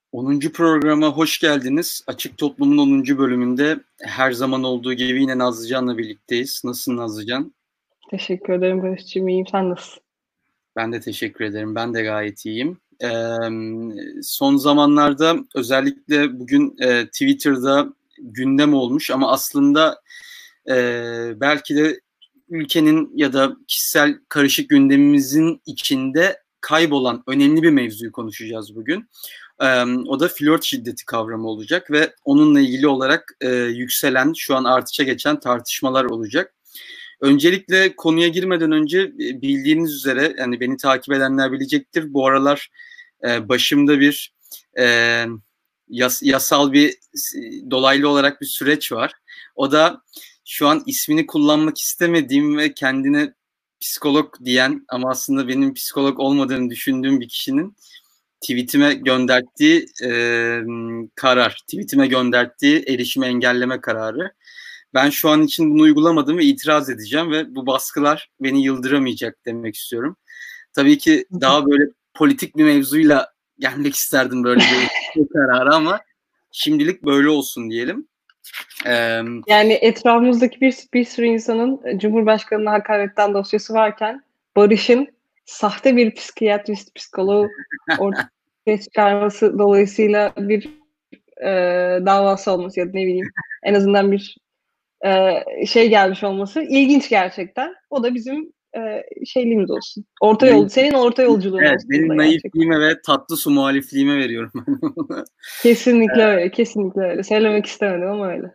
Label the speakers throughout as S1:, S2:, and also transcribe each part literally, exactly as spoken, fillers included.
S1: onuncu programa hoş geldiniz. Açık Toplum'un onuncu bölümünde her zaman olduğu gibi yine Nazlıcan'la birlikteyiz. Nasılsın Nazlıcan?
S2: Teşekkür ederim Barış'cığım. İyiyim. Sen nasılsın?
S1: Ben de teşekkür ederim. Ben de gayet iyiyim. Ee, son zamanlarda özellikle bugün e, Twitter'da gündem olmuş ama aslında e, belki de ülkenin ya da kişisel karışık gündemimizin içinde kaybolan önemli bir mevzuyu konuşacağız bugün. Ee, o da flört şiddeti kavramı olacak ve onunla ilgili olarak e, yükselen, şu an artışa geçen tartışmalar olacak. Öncelikle konuya girmeden önce bildiğiniz üzere, yani beni takip edenler bilecektir. Bu aralar e, başımda bir e, yas, yasal bir dolaylı olarak bir süreç var. O da şu an ismini kullanmak istemediğim ve kendine psikolog diyen ama aslında benim psikolog olmadığını düşündüğüm bir kişinin tweetime gönderdiği e, karar, tweetime gönderdiği erişimi engelleme kararı. Ben şu an için bunu uygulamadım ve itiraz edeceğim ve bu baskılar beni yıldıramayacak demek istiyorum. Tabii ki daha böyle politik bir mevzuyla gelmek isterdim böyle bir kararı ama şimdilik böyle olsun diyelim.
S2: Ee, yani etrafımızdaki bir, bir sürü insanın Cumhurbaşkanı'na hakaretten dosyası varken Barış'ın sahte bir psikiyatrist, psikolog ortaya çıkarması dolayısıyla bir e, davası olması ya da ne bileyim en azından bir e, şey gelmiş olması ilginç gerçekten. O da bizim e, şeyliğimiz olsun. Orta yol, senin orta yolculuğun
S1: evet,
S2: olsun.
S1: Benim naifliğime ve tatlı su muhalifliğime veriyorum.
S2: Kesinlikle öyle, kesinlikle öyle. Söylemek istemedim ama öyle.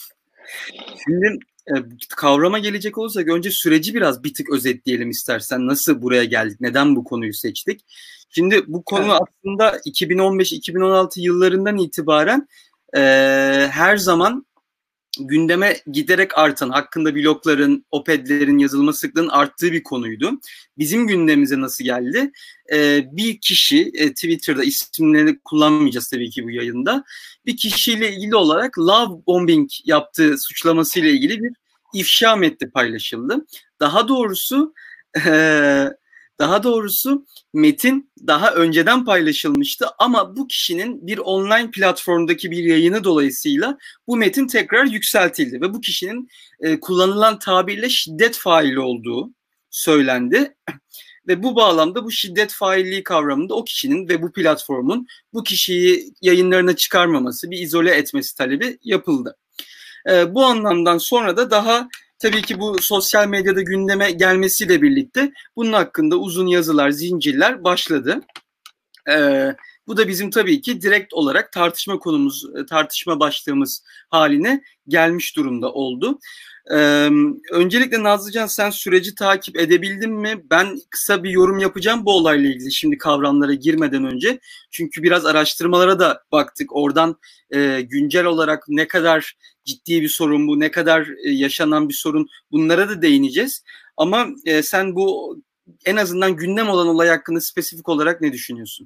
S1: Şimdi e, kavrama gelecek olursak önce süreci biraz bir tık özetleyelim istersen. Nasıl buraya geldik? Neden bu konuyu seçtik? Şimdi bu konu evet. aslında iki bin on beş iki bin on altı yıllarından itibaren e, her zaman gündeme giderek artan, hakkında blogların, opedlerin yazılma sıklığının arttığı bir konuydu. Bizim gündemimize nasıl geldi? Ee, bir kişi, e, Twitter'da isimlerini kullanmayacağız tabii ki bu yayında, bir kişiyle ilgili olarak love bombing yaptığı suçlamasıyla ilgili bir ifşa metni paylaşıldı. Daha doğrusu e, daha doğrusu metin daha önceden paylaşılmıştı ama bu kişinin bir online platformdaki bir yayını dolayısıyla bu metin tekrar yükseltildi ve bu kişinin e, kullanılan tabirle şiddet faili olduğu söylendi. Ve bu bağlamda bu şiddet failliği kavramında o kişinin ve bu platformun bu kişiyi yayınlarına çıkarmaması, bir izole etmesi talebi yapıldı. E, bu anlamdan sonra da daha tabii ki bu sosyal medyada gündeme gelmesiyle birlikte bunun hakkında uzun yazılar, zincirler başladı. Ee, bu da bizim tabii ki direkt olarak tartışma konumuz, tartışma başlığımız haline gelmiş durumda oldu. Ee, öncelikle Nazlıcan, sen süreci takip edebildin mi? Ben kısa bir yorum yapacağım bu olayla ilgili şimdi kavramlara girmeden önce. Çünkü biraz araştırmalara da baktık. Oradan e, güncel olarak ne kadar ciddi bir sorun bu, ne kadar e, yaşanan bir sorun, bunlara da değineceğiz. Ama e, sen bu en azından gündem olan olay hakkında spesifik olarak ne düşünüyorsun?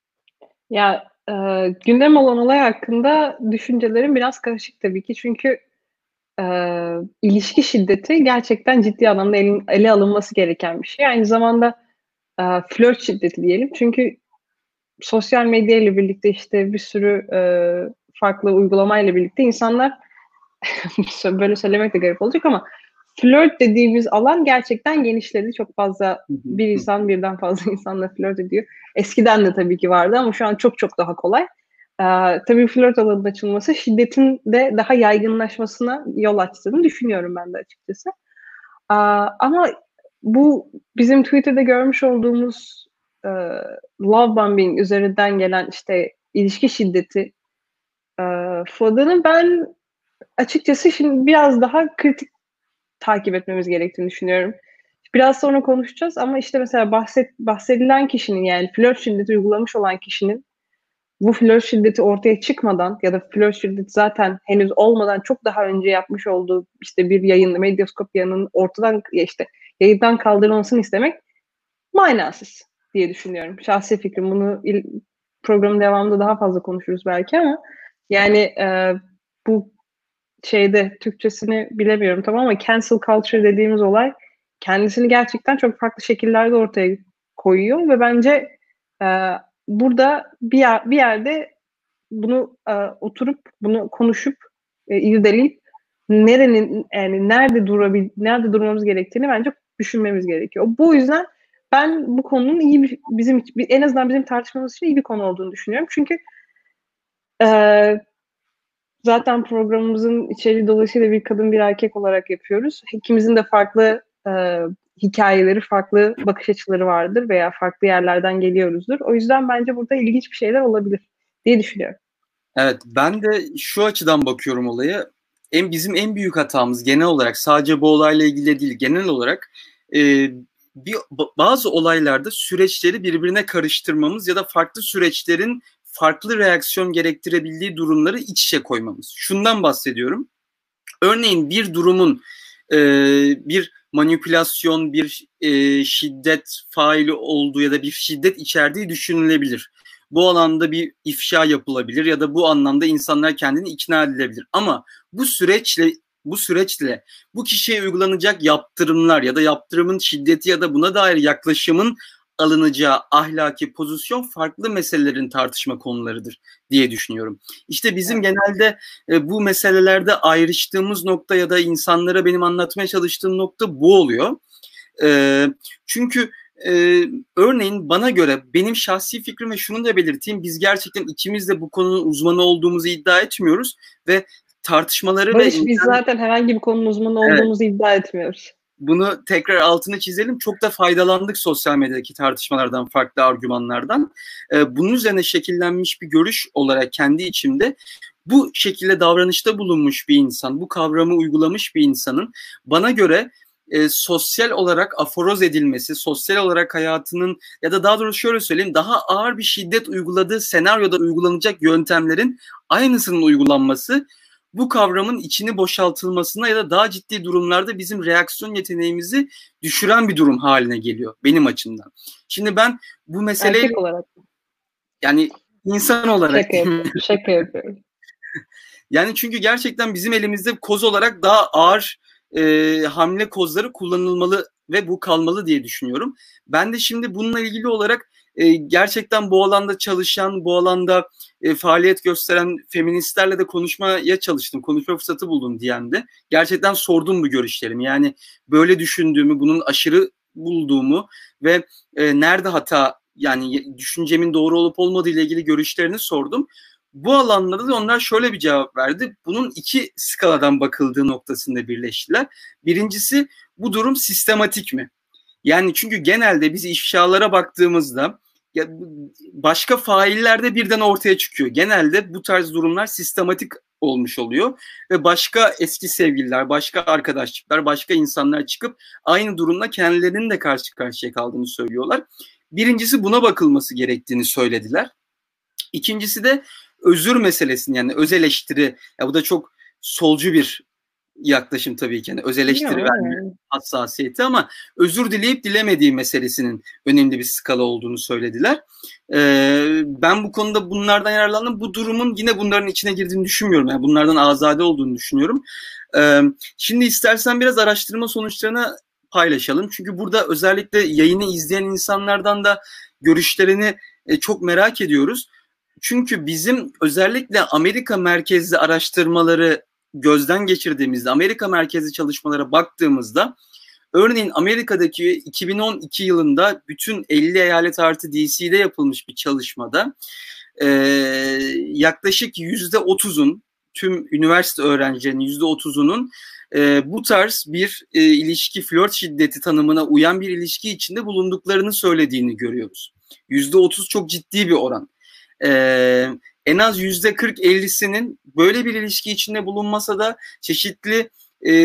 S2: Ya e, gündem olan olay hakkında düşüncelerim biraz karışık tabii ki. Çünkü e, ilişki şiddeti gerçekten ciddi anlamda ele, ele alınması gereken bir şey. Aynı zamanda e, flört şiddeti diyelim. Çünkü sosyal medya ile birlikte işte bir sürü e, farklı uygulamayla birlikte insanlar böyle söylemek de garip olacak ama flört dediğimiz alan gerçekten genişledi. Çok fazla bir insan birden fazla insanla flört ediyor. Eskiden de tabii ki vardı ama şu an çok çok daha kolay. Ee, tabii flört alanının açılması şiddetin de daha yaygınlaşmasına yol açtığını düşünüyorum ben de açıkçası. Ee, ama bu bizim Twitter'da görmüş olduğumuz e, love bombing üzerinden gelen işte ilişki şiddeti e, fadının ben açıkçası şimdi biraz daha kritik takip etmemiz gerektiğini düşünüyorum. Biraz sonra konuşacağız ama işte mesela bahset, bahsedilen kişinin, yani flört şiddeti uygulamış olan kişinin bu flört şiddeti ortaya çıkmadan ya da flört şiddeti zaten henüz olmadan çok daha önce yapmış olduğu işte bir yayın, Medyaskop yayının ortadan işte yayından kaldırılmasını istemek manasız diye düşünüyorum. Şahsi fikrim, bunu il, programın devamında daha fazla konuşuruz belki ama yani e, bu şeyde Türkçesini bilemiyorum tamam ama cancel culture dediğimiz olay kendisini gerçekten çok farklı şekillerde ortaya koyuyor ve bence e, burada bir, yer, bir yerde bunu e, oturup bunu konuşup e, irdeleyip nerenin yani nerede durabil nerede durmamız gerektiğini bence düşünmemiz gerekiyor. Bu yüzden ben bu konunun iyi bir bizim en azından bizim tartışmamız için iyi bir konu olduğunu düşünüyorum. Çünkü e, zaten programımızın içeriği dolayısıyla bir kadın bir erkek olarak yapıyoruz. İkimizin de farklı e, hikayeleri, farklı bakış açıları vardır veya farklı yerlerden geliyoruzdur. O yüzden bence burada ilginç bir şeyler olabilir diye düşünüyorum.
S1: Evet, ben de şu açıdan bakıyorum olaya. En bizim en büyük hatamız genel olarak sadece bu olayla ilgili değil, genel olarak e, bir bazı olaylarda süreçleri birbirine karıştırmamız ya da farklı süreçlerin farklı reaksiyon gerektirebildiği durumları iç içe koymamız. Şundan bahsediyorum. Örneğin bir durumun e, bir manipülasyon, bir e, şiddet faili olduğu ya da bir şiddet içerdiği düşünülebilir. Bu alanda bir ifşa yapılabilir ya da bu anlamda insanlar kendini ikna edilebilir. Ama bu süreçle bu süreçle bu kişiye uygulanacak yaptırımlar ya da yaptırımın şiddeti ya da buna dair yaklaşımın alınacağı ahlaki pozisyon farklı meselelerin tartışma konularıdır diye düşünüyorum. İşte bizim genelde e, bu meselelerde ayrıştığımız nokta ya da insanlara benim anlatmaya çalıştığım nokta bu oluyor. E, çünkü e, örneğin bana göre benim şahsi fikrim ve şunu da belirteyim, biz gerçekten ikimiz de bu konunun uzmanı olduğumuzu iddia etmiyoruz ve tartışmaları
S2: Barış,
S1: ve
S2: biz zaten herhangi bir konunun uzmanı olduğumuzu evet. iddia etmiyoruz.
S1: Bunu tekrar altını çizelim. Çok da faydalandık sosyal medyadaki tartışmalardan, farklı argümanlardan. Ee, bunun üzerine şekillenmiş bir görüş olarak kendi içimde bu şekilde davranışta bulunmuş bir insan, bu kavramı uygulamış bir insanın bana göre e, sosyal olarak aforoz edilmesi, sosyal olarak hayatının ya da daha doğrusu şöyle söyleyeyim, daha ağır bir şiddet uyguladığı senaryoda uygulanacak yöntemlerin aynısının uygulanması bu kavramın içini boşaltılmasına ya da daha ciddi durumlarda bizim reaksiyon yeteneğimizi düşüren bir durum haline geliyor benim açımdan. Şimdi ben bu meseleyi
S2: erkek olarak
S1: yani insan olarak
S2: şaka yapıyorum. Şaka yapıyorum.
S1: Yani çünkü gerçekten bizim elimizde koz olarak daha ağır e, hamle kozları kullanılmalı ve bu kalmalı diye düşünüyorum. Ben de şimdi bununla ilgili olarak e, gerçekten bu alanda çalışan, bu alanda e, faaliyet gösteren feministlerle de konuşmaya çalıştım. Konuşma fırsatı buldum D M'de. Gerçekten sordum bu görüşlerimi. Yani böyle düşündüğümü, bunun aşırı bulduğumu ve e, nerede hata, yani düşüncemin doğru olup olmadığı ile ilgili görüşlerini sordum. Bu alanlarda da onlar şöyle bir cevap verdi. Bunun iki skaladan bakıldığı noktasında birleştiler. Birincisi, bu durum sistematik mi? Yani çünkü genelde biz ifşalara baktığımızda ya başka failler de birden ortaya çıkıyor. Genelde bu tarz durumlar sistematik olmuş oluyor ve başka eski sevgililer, başka arkadaşlıklar, başka insanlar çıkıp aynı durumla kendilerinin de karşı karşıya kaldığını söylüyorlar. Birincisi, buna bakılması gerektiğini söylediler. İkincisi de özür meselesini, yani öz eleştiri. Ya bu da çok solcu bir yaklaşım tabii ki. Yani öz eleştiri ya, verme yani. hassasiyeti ama özür dileyip dilemediği meselesinin önemli bir skala olduğunu söylediler. Ee, ben bu konuda bunlardan yararlandım. Bu durumun yine bunların içine girdiğini düşünmüyorum. Yani bunlardan azade olduğunu düşünüyorum. Ee, şimdi istersen biraz araştırma sonuçlarını paylaşalım. Çünkü burada özellikle yayını izleyen insanlardan da görüşlerini e, çok merak ediyoruz. Çünkü bizim özellikle Amerika merkezli araştırmaları gözden geçirdiğimizde, Amerika merkezli çalışmalara baktığımızda, örneğin Amerika'daki iki bin on iki yılında bütün elli eyalet artı D C'de yapılmış bir çalışmada e, yaklaşık yüzde otuzun, tüm üniversite öğrencilerinin yüzde otuzunun e, bu tarz bir e, ilişki, flört şiddeti tanımına uyan bir ilişki içinde bulunduklarını söylediğini görüyoruz. yüzde otuz çok ciddi bir oran. Ee, en az yüzde kırk ellisinin böyle bir ilişki içinde bulunmasa da çeşitli e,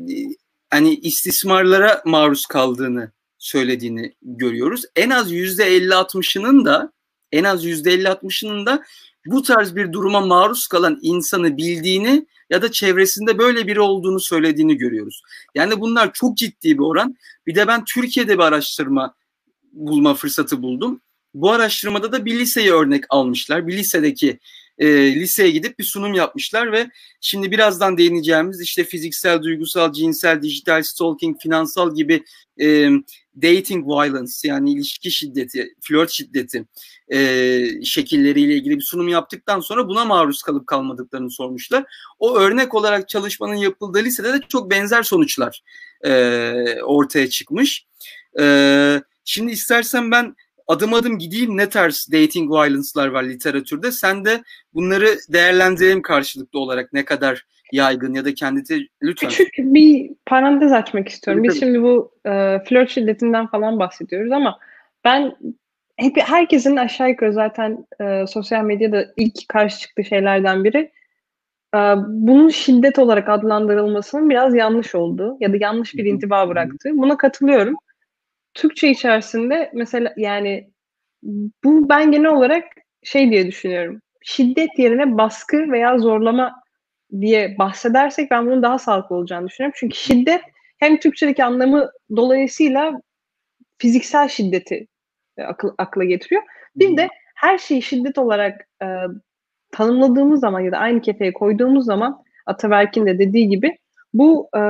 S1: hani istismarlara maruz kaldığını söylediğini görüyoruz. En az yüzde elli altmışının da en az yüzde elli altmışının da bu tarz bir duruma maruz kalan insanı bildiğini ya da çevresinde böyle biri olduğunu söylediğini görüyoruz. Yani bunlar çok ciddi bir oran. Bir de ben Türkiye'de bir araştırma bulma fırsatı buldum. Bu araştırmada da bir liseyi örnek almışlar. Bir lisedeki e, liseye gidip bir sunum yapmışlar ve şimdi birazdan değineceğimiz işte fiziksel, duygusal, cinsel, dijital stalking, finansal gibi e, dating violence yani ilişki şiddeti, flört şiddeti e, şekilleriyle ilgili bir sunum yaptıktan sonra buna maruz kalıp kalmadıklarını sormuşlar. O örnek olarak çalışmanın yapıldığı lisede de çok benzer sonuçlar e, ortaya çıkmış. E, şimdi istersen ben adım adım gideyim, ne tarz dating violence'lar var literatürde. Sen de bunları değerlendirelim karşılıklı olarak, ne kadar yaygın ya da kendi lütfen.
S2: Küçük bir parantez açmak istiyorum. Biz şimdi bu e, flört şiddetinden falan bahsediyoruz ama ben hep herkesin aşağı yukarı zaten e, sosyal medyada ilk karşı çıktığı şeylerden biri e, bunun şiddet olarak adlandırılmasının biraz yanlış olduğu ya da yanlış bir intiba bıraktığı. Buna katılıyorum. Türkçe içerisinde mesela yani bu ben genel olarak şey diye düşünüyorum. Şiddet yerine baskı veya zorlama diye bahsedersek ben bunun daha sağlıklı olacağını düşünüyorum. Çünkü şiddet hem Türkçedeki anlamı dolayısıyla fiziksel şiddeti e, akıl, akla getiriyor. Bir de her şeyi şiddet olarak e, tanımladığımız zaman ya da aynı kefeye koyduğumuz zaman Ataberk'in de dediği gibi bu e,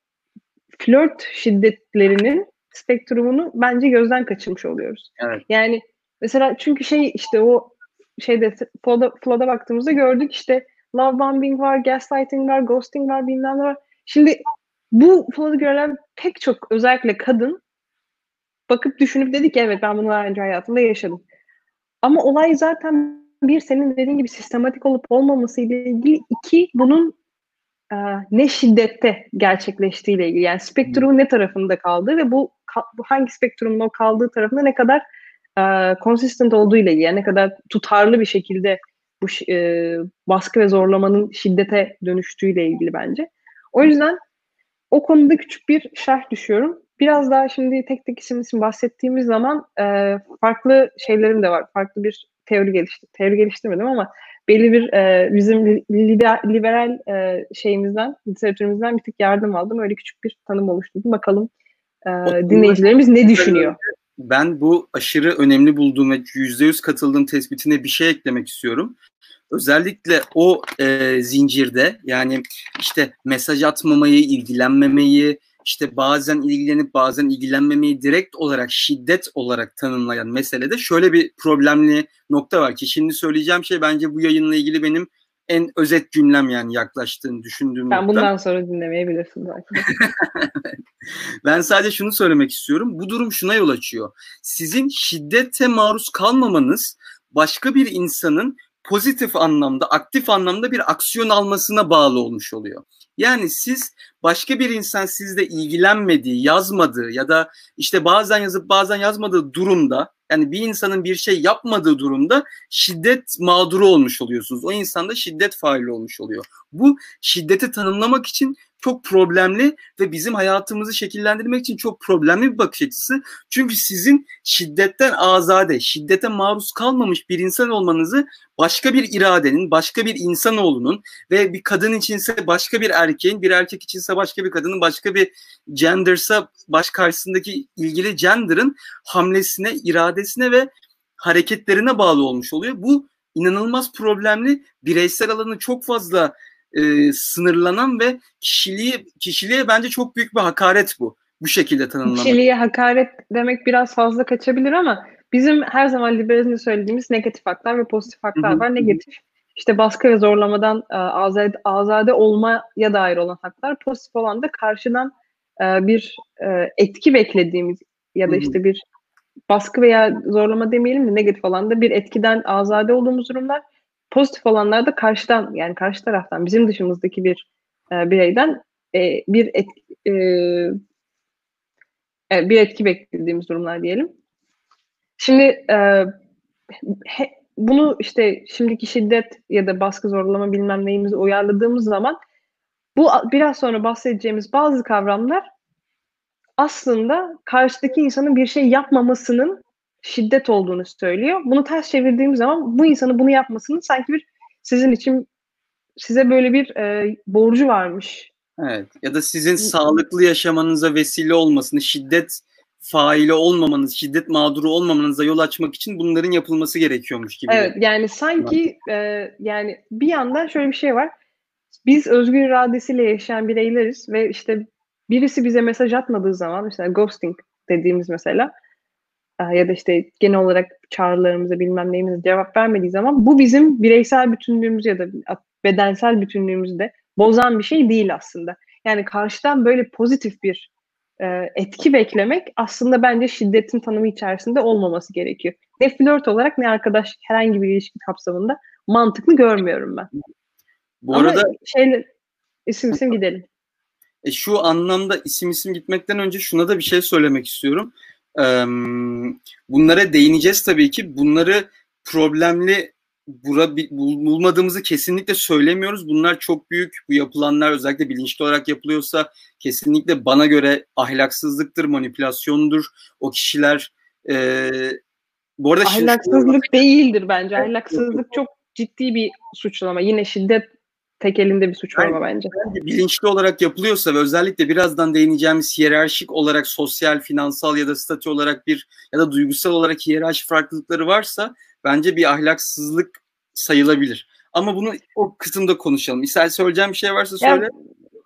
S2: flört şiddetlerinin spektrumunu bence gözden kaçırmış oluyoruz.
S1: Evet.
S2: Yani mesela çünkü şey işte o şeyde Flood'a, Flood'a baktığımızda gördük işte love bombing var, gaslighting var, ghosting var, bilmem ne var. Şimdi bu Flood'u gören pek çok özellikle kadın bakıp düşünüp dedi ki evet ben bunu daha önce hayatımda yaşadım. Ama olay zaten bir senin dediğin gibi sistematik olup olmaması ile ilgili, iki bunun e, ne şiddette gerçekleştiğiyle ilgili. Yani spektrumun ne tarafında kaldığı ve bu, bu hangi spektrumun o kaldığı tarafında ne kadar e, consistent olduğu ile ilgili. Yani ne kadar tutarlı bir şekilde bu e, baskı ve zorlamanın şiddete dönüştüğüyle ilgili bence. O yüzden o konuda küçük bir şerh düşüyorum. Biraz daha şimdi tek tek isim isim bahsettiğimiz zaman e, farklı şeylerim de var. Farklı bir teori geliştirdim. Teori geliştirmedim ama belli bir e, bizim liber, liberal e, şeyimizden, literatürümüzden bir tık yardım aldım. Öyle küçük bir tanım oluşturdum. Bakalım e, dinleyicilerimiz ne düşünüyor?
S1: Ben bu aşırı önemli bulduğum ve yüzde yüz katıldığım tespitine bir şey eklemek istiyorum. Özellikle o e, zincirde yani işte mesaj atmamayı, ilgilenmemeyi, işte bazen ilgilenip bazen ilgilenmemeyi direkt olarak şiddet olarak tanımlayan meselede şöyle bir problemli nokta var ki şimdi söyleyeceğim şey bence bu yayınla ilgili benim en özet cümlem, yani yaklaştığını düşündüğüm
S2: Sen
S1: nokta.
S2: bundan sonra dinlemeyebilirsin zaten.
S1: Ben sadece şunu söylemek istiyorum. Bu durum şuna yol açıyor. Sizin şiddete maruz kalmamanız başka bir insanın pozitif anlamda, aktif anlamda bir aksiyon almasına bağlı olmuş oluyor. Yani siz başka bir insan sizle ilgilenmediği, yazmadığı ya da işte bazen yazıp bazen yazmadığı durumda, yani bir insanın bir şey yapmadığı durumda şiddet mağduru olmuş oluyorsunuz. O insan da şiddet faili olmuş oluyor. Bu şiddeti tanımlamak için çok problemli ve bizim hayatımızı şekillendirmek için çok problemli bir bakış açısı. Çünkü sizin şiddetten azade, şiddete maruz kalmamış bir insan olmanızı başka bir iradenin, başka bir insanoğlunun ve bir kadın içinse başka bir erkeğin, bir erkek içinse başka bir kadının, başka bir gendersa baş karşısındaki ilgili gender'ın hamlesine, iradesine ve hareketlerine bağlı olmuş oluyor. Bu inanılmaz problemli, bireysel alanı çok fazla e, sınırlanan ve kişiliği kişiliğe bence çok büyük bir hakaret bu. Bu şekilde tanımlamak.
S2: Kişiliğe hakaret demek biraz fazla kaçabilir ama bizim her zaman liberalizmde söylediğimiz negatif haklar ve pozitif haklar
S1: Hı hı.
S2: var. Negatif işte baskı ve zorlamadan e, azade, azade olmaya dair olan haklar. Pozitif olan da karşıdan e, bir e, etki beklediğimiz ya da işte bir baskı veya zorlama demeyelim de negatif olan da bir etkiden azade olduğumuz durumlar. Pozitif olanlar da karşıdan yani karşı taraftan bizim dışımızdaki bir e, bireyden e, bir et, e, bir etki beklediğimiz durumlar diyelim. Şimdi e, he, bunu işte şimdiki şiddet ya da baskı zorlama bilmem neyimizi uyarladığımız zaman bu biraz sonra bahsedeceğimiz bazı kavramlar aslında karşıdaki insanın bir şey yapmamasının şiddet olduğunu söylüyor. Bunu ters çevirdiğimiz zaman bu insanın bunu yapmasının sanki bir sizin için size böyle bir e, borcu varmış.
S1: Evet. Ya da sizin sağlıklı yaşamanıza vesile olmasını, şiddet faili olmamanız, şiddet mağduru olmamanıza yol açmak için bunların yapılması gerekiyormuş gibi.
S2: Evet, yani sanki e, yani bir yandan şöyle bir şey var. Biz özgür iradesiyle yaşayan bireyleriz ve işte birisi bize mesaj atmadığı zaman, mesela ghosting dediğimiz mesela ya da işte genel olarak çağrılarımıza bilmem neyimize cevap vermediği zaman bu bizim bireysel bütünlüğümüzü ya da bedensel bütünlüğümüzü de bozan bir şey değil aslında. Yani karşıdan böyle pozitif bir e, etki beklemek aslında bence şiddetin tanımı içerisinde olmaması gerekiyor. Ne flört olarak ne arkadaşlık, herhangi bir ilişki kapsamında mantıklı görmüyorum ben.
S1: Bu
S2: Ama
S1: arada
S2: şeyle isim isim gidelim.
S1: E, şu anlamda isim isim gitmekten önce şuna da bir şey söylemek istiyorum. Ee, bunlara değineceğiz tabii ki. Bunları problemli bura, bulmadığımızı kesinlikle söylemiyoruz. Bunlar çok büyük. Bu yapılanlar özellikle bilinçli olarak yapılıyorsa kesinlikle bana göre ahlaksızlıktır, manipülasyondur. O kişiler e, bu arada
S2: ahlaksızlık şu, değildir bence. Ahlaksızlık çok ciddi bir suçlama. Yine şiddet tek elinde bir suçlama bence.
S1: Bence bilinçli olarak yapılıyorsa ve özellikle birazdan değineceğimiz hiyerarşik olarak sosyal, finansal ya da statü olarak bir ya da duygusal olarak hiyerarşi farklılıkları varsa bence bir ahlaksızlık sayılabilir. Ama bunu o kısımda konuşalım. İster söyleyeceğim bir şey varsa söyle. Ya,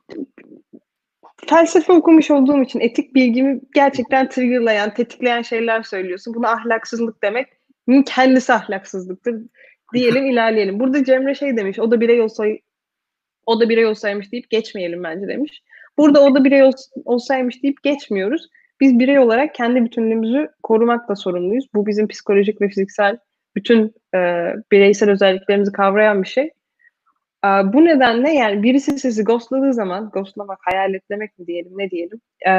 S2: felsefe okumuş olduğum için etik bilgimi gerçekten triggerlayan, tetikleyen şeyler söylüyorsun. Buna ahlaksızlık demek kendisi ahlaksızlıktır. Diyelim ilerleyelim. Burada Cemre şey demiş, o da birey olsa o da birey olsaymış deyip geçmeyelim bence demiş. Burada o da birey ol- olsaymış deyip geçmiyoruz. Biz birey olarak kendi bütünlüğümüzü korumakla sorumluyuz. Bu bizim psikolojik ve fiziksel bütün e, bireysel özelliklerimizi kavrayan bir şey. E, bu nedenle yani birisi sizi ghostladığı zaman, ghostlamak, hayaletlemek mi diyelim, ne diyelim, e,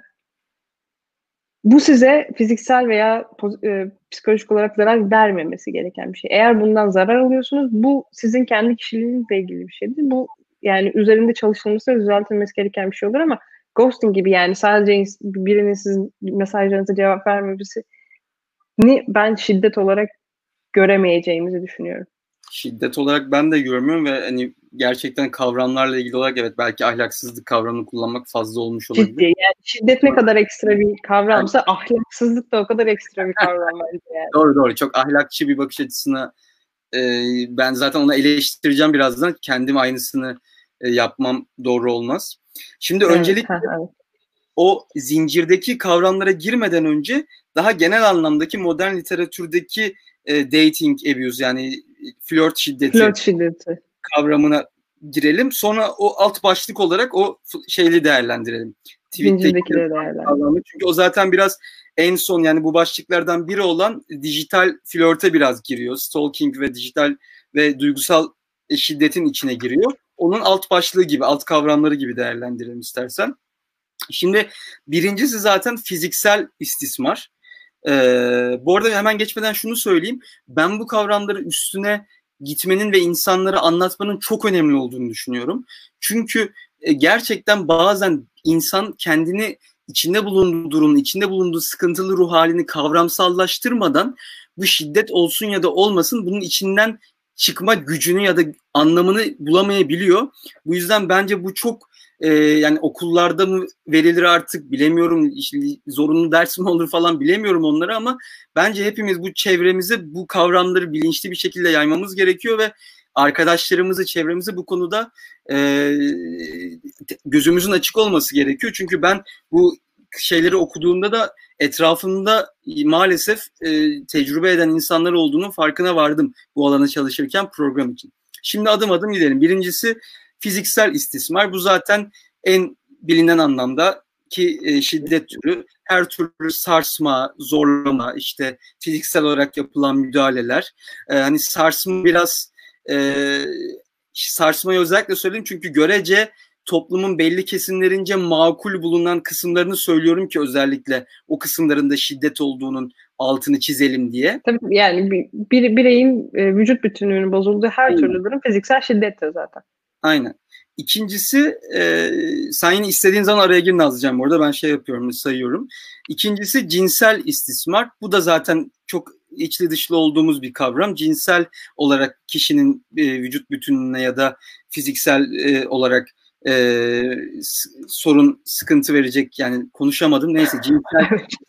S2: bu size fiziksel veya e, psikolojik olarak zarar vermemesi gereken bir şey. Eğer bundan zarar alıyorsunuz, bu sizin kendi kişiliğinizle ilgili bir şeydir. Bu yani üzerinde çalışılması ve düzeltilmesi gereken bir şey olur ama ghosting gibi, yani sadece birinin sizin mesajlarınıza cevap vermemesi ni ben şiddet olarak göremeyeceğimizi düşünüyorum.
S1: Şiddet olarak ben de görmüyorum ve hani gerçekten kavramlarla ilgili olarak evet belki ahlaksızlık kavramını kullanmak fazla olmuş olabilir.
S2: Ciddi. Yani şiddet ne kadar ekstra bir kavramsa yani, ahlaksızlık da o kadar ekstra bir kavram bence yani.
S1: Doğru doğru. Çok ahlakçı bir bakış açısına e, ben zaten onu eleştireceğim birazdan. Kendim aynısını e, yapmam doğru olmaz. Şimdi evet, öncelikle evet. O zincirdeki kavramlara girmeden önce daha genel anlamdaki modern literatürdeki e, dating abuse yani flört şiddeti,
S2: flört şiddeti
S1: kavramına girelim. Sonra o alt başlık olarak o şeyli değerlendirelim.
S2: Zincirdekileri değerlendirelim.
S1: Çünkü o zaten biraz en son yani bu başlıklardan biri olan dijital flörte biraz giriyor. Stalking ve dijital ve duygusal şiddetin içine giriyor. Onun alt başlığı gibi, alt kavramları gibi değerlendirelim istersen. Şimdi birincisi zaten fiziksel istismar. Ee, bu arada hemen geçmeden şunu söyleyeyim. Ben bu kavramları üstüne gitmenin ve insanlara anlatmanın çok önemli olduğunu düşünüyorum. Çünkü e, gerçekten bazen insan kendini içinde bulunduğu durumun, içinde bulunduğu sıkıntılı ruh halini kavramsallaştırmadan bu şiddet olsun ya da olmasın bunun içinden çıkma gücünü ya da anlamını bulamayabiliyor. Bu yüzden bence bu çok Ee, yani okullarda mı verilir artık bilemiyorum, işte zorunlu ders mi olur falan bilemiyorum onları ama bence hepimiz bu çevremize bu kavramları bilinçli bir şekilde yaymamız gerekiyor ve arkadaşlarımızı, çevremizi bu konuda e, gözümüzün açık olması gerekiyor. Çünkü ben bu şeyleri okuduğumda da etrafımda maalesef e, tecrübe eden insanlar olduğunu farkına vardım bu alana çalışırken program için. Şimdi adım adım gidelim. Birincisi fiziksel istismar. Bu zaten en bilinen anlamda ki e, şiddet türü. Her türlü sarsma, zorlama, işte fiziksel olarak yapılan müdahaleler. E, hani sarsma biraz e, sarsmayı özellikle söyleyeyim çünkü görece toplumun belli kesimlerince makul bulunan kısımlarını söylüyorum ki özellikle o kısımlarında şiddet olduğunun altını çizelim diye.
S2: Tabii yani bir, bir bireyin e, vücut bütünlüğünün bozulduğu her Aynen. türlü durum fiziksel şiddettir zaten.
S1: Aynen. İkincisi e, sen yine istediğin zaman araya gir Nazlıcan bu arada ben şey yapıyorum sayıyorum. İkincisi cinsel istismar. Bu da zaten çok içli dışlı olduğumuz bir kavram. Cinsel olarak kişinin e, vücut bütünlüğüne ya da fiziksel e, olarak e, sorun sıkıntı verecek yani konuşamadım neyse cinsel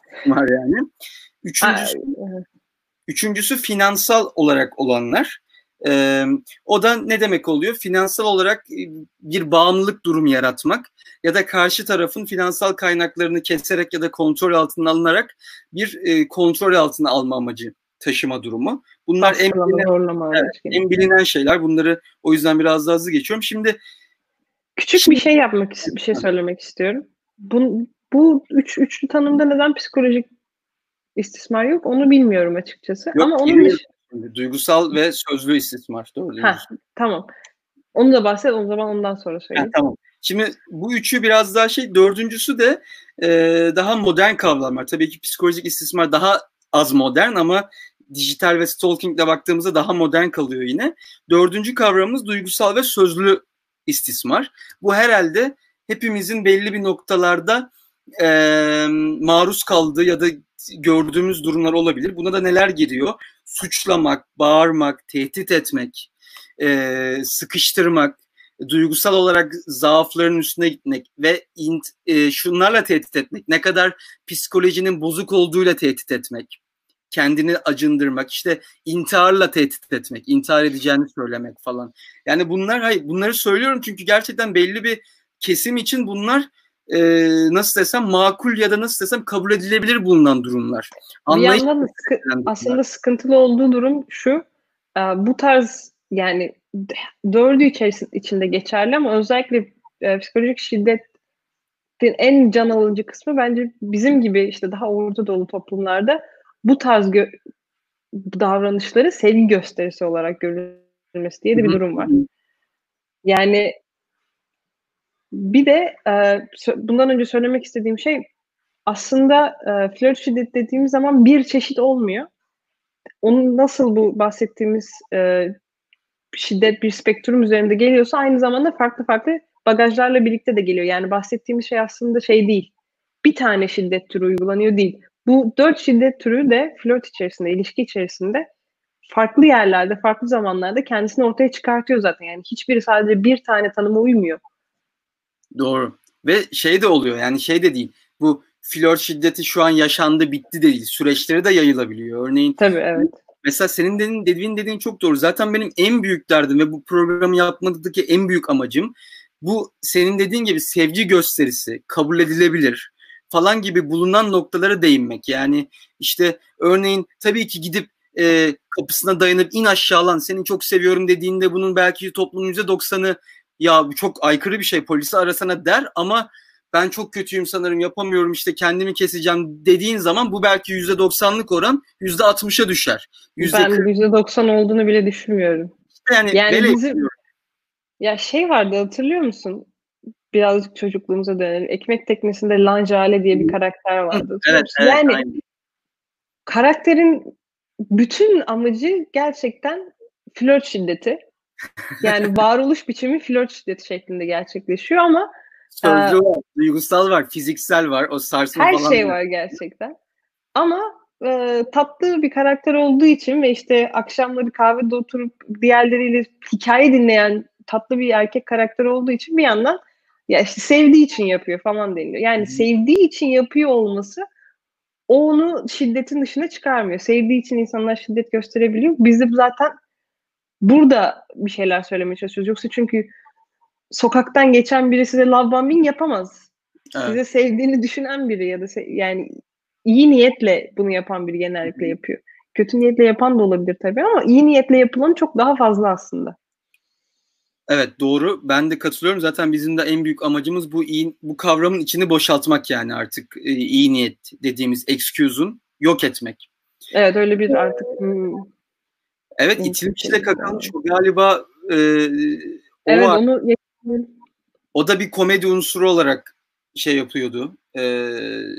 S1: var yani. Üçüncüsü, üçüncüsü finansal olarak olanlar. Ee, o da ne demek oluyor? Finansal olarak bir bağımlılık durumu yaratmak ya da karşı tarafın finansal kaynaklarını keserek ya da kontrol altına alınarak bir e, kontrol altına alma amacı taşıma durumu. Bunlar en bilinen, evet, en bilinen şeyler. Bunları o yüzden biraz daha hızlı geçiyorum. Şimdi
S2: küçük şimdi, bir şey yapmak, bir şey söylemek istiyorum. Bu, bu üç, üçlü tanımda neden psikolojik istismar yok onu bilmiyorum açıkçası.
S1: Yok,
S2: ama onun
S1: dışında duygusal ve sözlü istismar. Doğru.
S2: Ha, tamam. Onu da bahset, o zaman ondan sonra söyleyeyim.
S1: Ha, tamam. Şimdi bu üçü biraz daha şey, dördüncüsü de e, daha modern kavramlar. Tabii ki psikolojik istismar daha az modern ama dijital ve stalkingle baktığımızda daha modern kalıyor yine. Dördüncü kavramımız duygusal ve sözlü istismar. Bu herhalde hepimizin belli bir noktalarda e, maruz kaldığı ya da gördüğümüz durumlar olabilir. Buna da neler giriyor? Suçlamak, bağırmak, tehdit etmek, e, sıkıştırmak, duygusal olarak zaafların üstüne gitmek ve int, e, şunlarla tehdit etmek, ne kadar psikolojinin bozuk olduğuyla tehdit etmek, kendini acındırmak, işte intiharla tehdit etmek, intihar edeceğini söylemek falan. Yani bunlar, hayır, bunları söylüyorum çünkü gerçekten belli bir kesim için bunlar e, nasıl desem makul ya da nasıl desem kabul edilebilir bulunan durumlar.
S2: Anlayış bir yandan da sıkı, aslında sıkıntılı olduğu durum şu, bu tarz yani dördü içerisinde geçerli ama özellikle e, psikolojik şiddetin en can alıcı kısmı bence bizim gibi işte daha Orta Doğu toplumlarda bu tarz gö- davranışları sevgi gösterisi olarak görülmesi diye de bir durum var. Yani bir de e, bundan önce söylemek istediğim şey aslında e, flört şiddet dediğimiz zaman bir çeşit olmuyor. Onun nasıl bu bahsettiğimiz e, şiddet bir spektrum üzerinde geliyorsa aynı zamanda farklı farklı bagajlarla birlikte de geliyor. Yani bahsettiğimiz şey aslında şey değil. Bir tane şiddet türü uygulanıyor değil. Bu dört şiddet türü de flört içerisinde, ilişki içerisinde farklı yerlerde, farklı zamanlarda kendisini ortaya çıkartıyor zaten. Yani hiçbiri sadece bir tane tanıma uymuyor.
S1: Doğru. Ve şey de oluyor, yani şey de değil. Bu flört şiddeti şu an yaşandı, bitti değil. Süreçleri de yayılabiliyor. Örneğin
S2: tabii, evet.
S1: Mesela senin dediğin, dediğin dediğin çok doğru. Zaten benim en büyük derdim ve bu programı yapmadaki en büyük amacım bu senin dediğin gibi sevgi gösterisi, kabul edilebilir falan gibi bulunan noktalara değinmek. Yani işte örneğin tabii ki gidip e, kapısına dayanıp in aşağı lan seni çok seviyorum dediğinde bunun belki toplumun yüzde doksanı ya bu çok aykırı bir şey, polisi arasana der ama ben çok kötüyüm sanırım, yapamıyorum, işte kendimi keseceğim dediğin zaman bu belki yüzde doksanlık oran yüzde altmışa düşer.
S2: yüzde ben yüzde doksan olduğunu bile düşünmüyorum.
S1: İşte yani,
S2: yani bizim, ya şey vardı, hatırlıyor musun? Birazcık çocukluğumuza dönelim. Ekmek Teknesi'nde Lancale diye bir karakter vardı.
S1: Evet, evet,
S2: yani
S1: aynen.
S2: Karakterin bütün amacı gerçekten flört şiddeti. Yani varoluş biçimi flört şiddeti şeklinde gerçekleşiyor ama
S1: sözlü var, duygusal var, fiziksel var, o sarsma
S2: her
S1: falan.
S2: Her şey var gerçekten. Ama e, tatlı bir karakter olduğu için ve işte akşamları kahvede oturup diğerleriyle hikaye dinleyen tatlı bir erkek karakter olduğu için bir yandan ya işte sevdiği için yapıyor falan deniliyor. Yani Hı-hı. sevdiği için yapıyor olması o onu şiddetin dışına çıkarmıyor. Sevdiği için insanlar şiddet gösterebiliyor. Biz de zaten burada bir şeyler söylemeye çalışıyoruz. Yoksa çünkü sokaktan geçen biri size love bombing yapamaz. Evet. Size sevdiğini düşünen biri ya da se- yani iyi niyetle bunu yapan biri genellikle yapıyor. Kötü niyetle yapan da olabilir tabii ama iyi niyetle yapılan çok daha fazla aslında.
S1: Evet, doğru. Ben de katılıyorum. Zaten bizim de en büyük amacımız bu iyi, bu kavramın içini boşaltmak, yani artık e, iyi niyet dediğimiz excuse'un yok etmek.
S2: Evet, öyle bir artık. Hmm,
S1: evet, itilmişle kakılmış o galiba. E, o
S2: evet,
S1: var.
S2: onu
S1: o da bir komedi unsuru olarak şey yapıyordu, e,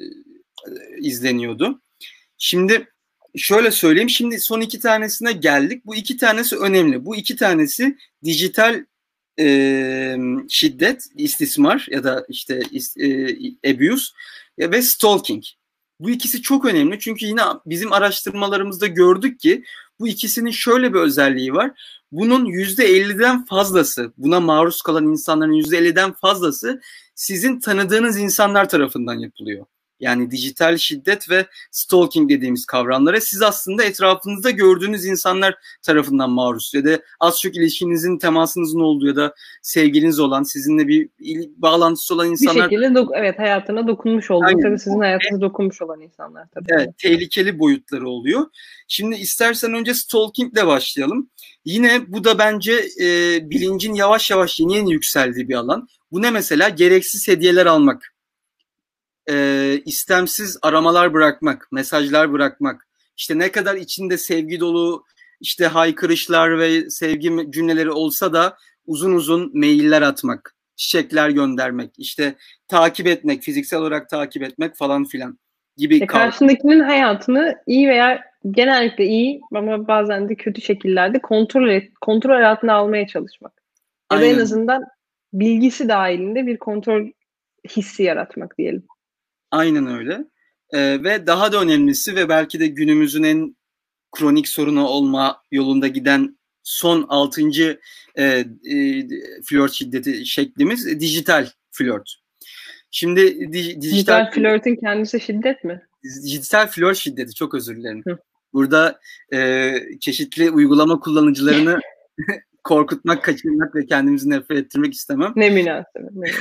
S1: izleniyordu. Şimdi şöyle söyleyeyim, şimdi son iki tanesine geldik. Bu iki tanesi önemli. Bu iki tanesi dijital e, şiddet, istismar ya da işte e, abuse ve stalking. Bu ikisi çok önemli çünkü yine bizim araştırmalarımızda gördük ki bu ikisinin şöyle bir özelliği var. Bunun yüzde elliden fazlası, buna maruz kalan insanların yüzde elliden fazlası sizin tanıdığınız insanlar tarafından yapılıyor. Yani dijital şiddet ve stalking dediğimiz kavramlara siz aslında etrafınızda gördüğünüz insanlar tarafından maruz ya da az çok ilişkinizin, temasınızın olduğu ya da sevgiliniz olan, sizinle bir bağlantısı olan insanlar.
S2: Bir şekilde do- evet hayatına dokunmuş olduğu, tabii sizin hayatınıza dokunmuş olan insanlar tabii.
S1: Evet, tehlikeli boyutları oluyor. Şimdi istersen önce stalkingle başlayalım. Yine bu da bence e, bilincin yavaş yavaş yeni yeni yükseldiği bir alan. Bu ne mesela? Gereksiz hediyeler almak, e, istemsiz aramalar bırakmak, mesajlar bırakmak. İşte ne kadar içinde sevgi dolu işte haykırışlar ve sevgi cümleleri olsa da uzun uzun mailler atmak, çiçekler göndermek, işte takip etmek, fiziksel olarak takip etmek falan filan gibi.
S2: E, karşındakinin hayatını iyi veya genellikle iyi ama bazen de kötü şekillerde kontrol et, kontrol altına almaya çalışmak. Ya da en azından bilgisi dahilinde bir kontrol hissi yaratmak diyelim.
S1: Aynen öyle. Ee, ve daha da önemlisi ve belki de günümüzün en kronik sorunu olma yolunda giden son altıncı e, e, flört şiddeti şeklimiz e, dijital flört. Şimdi di, dijital,
S2: dijital flörtün kendisi şiddet mi?
S1: Dijital flört şiddeti, çok özür dilerim. Hı. Burada e, çeşitli uygulama kullanıcılarını korkutmak, kaçırmak ve kendimizi nefret ettirmek istemem.
S2: Ne münasebet. Ne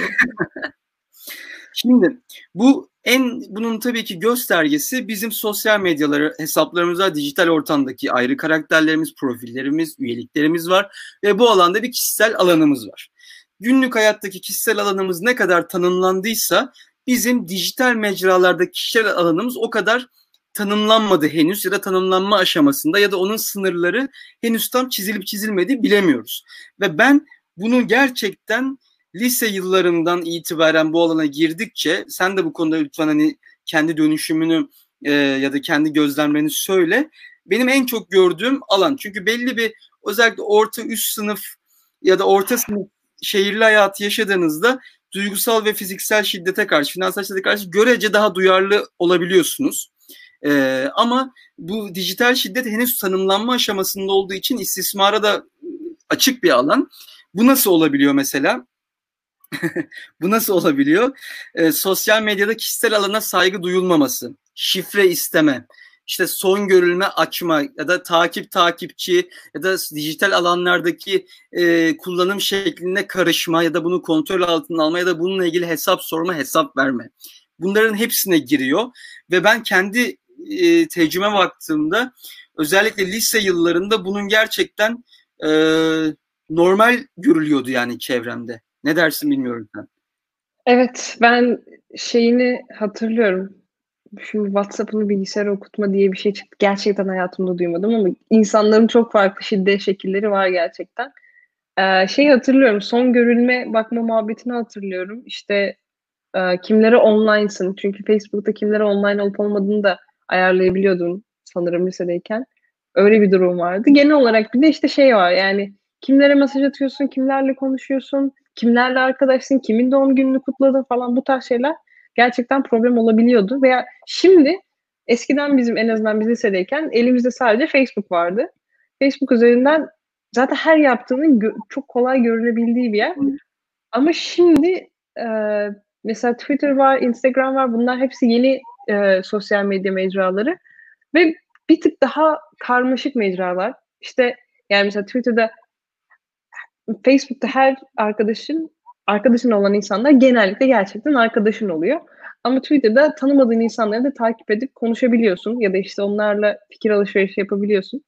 S1: Şimdi bu en bunun tabii ki göstergesi bizim sosyal medyaları, hesaplarımızda, dijital ortamdaki ayrı karakterlerimiz, profillerimiz, üyeliklerimiz var ve bu alanda bir kişisel alanımız var. Günlük hayattaki kişisel alanımız ne kadar tanımlandıysa bizim dijital mecralardaki kişisel alanımız o kadar tanımlanmadı henüz ya da tanımlanma aşamasında ya da onun sınırları henüz tam çizilip çizilmedi bilemiyoruz. Ve ben bunu gerçekten lise yıllarından itibaren bu alana girdikçe, sen de bu konuda lütfen hani kendi dönüşümünü e, ya da kendi gözlemlerini söyle. Benim en çok gördüğüm alan. Çünkü belli bir özellikle orta üst sınıf ya da orta sınıf şehirli hayatı yaşadığınızda duygusal ve fiziksel şiddete karşı, finansal şiddete karşı görece daha duyarlı olabiliyorsunuz. Ee, ama bu dijital şiddet henüz tanımlanma aşamasında olduğu için istismara da açık bir alan. Bu nasıl olabiliyor mesela? Bu nasıl olabiliyor? Ee, sosyal medyada kişisel alana saygı duyulmaması, şifre isteme, işte son görülme açma ya da takip takipçi ya da dijital alanlardaki e, kullanım şekline karışma ya da bunu kontrol altına alma ya da bununla ilgili hesap sorma, hesap verme. Bunların hepsine giriyor ve ben kendi e, tecrüme baktığımda özellikle lise yıllarında bunun gerçekten e, normal görülüyordu yani çevremde. Ne dersin bilmiyorum ben.
S2: Evet, ben şeyini hatırlıyorum. Şimdi WhatsApp'ını bilgisayara okutma diye bir şey çıktı. Gerçekten hayatımda duymadım ama insanların çok farklı şiddet şekilleri var gerçekten. Ee, şeyi hatırlıyorum, son görülme bakma muhabbetini hatırlıyorum. İşte e, kimlere online'sın. Çünkü Facebook'ta kimlere online olup olmadığını da ayarlayabiliyordun sanırım lisedeyken. Öyle bir durum vardı. Genel olarak bir de işte şey var yani kimlere mesaj atıyorsun, kimlerle konuşuyorsun, kimlerle arkadaşsın, kimin doğum gününü kutladın falan, bu tarz şeyler gerçekten problem olabiliyordu. Veya şimdi eskiden bizim en azından biz lisedeyken elimizde sadece Facebook vardı. Facebook üzerinden zaten her yaptığının gö- çok kolay görülebildiği bir yer. Ama şimdi e, mesela Twitter var, Instagram var. Bunlar hepsi yeni e, sosyal medya mecraları ve bir tık daha karmaşık mecralar. İşte yani mesela Twitter'da, Facebook'ta her arkadaşın arkadaşın olan insanlar genellikle gerçekten arkadaşın oluyor. Ama Twitter'da tanımadığın insanları da takip edip konuşabiliyorsun ya da işte onlarla fikir alışverişi yapabiliyorsun.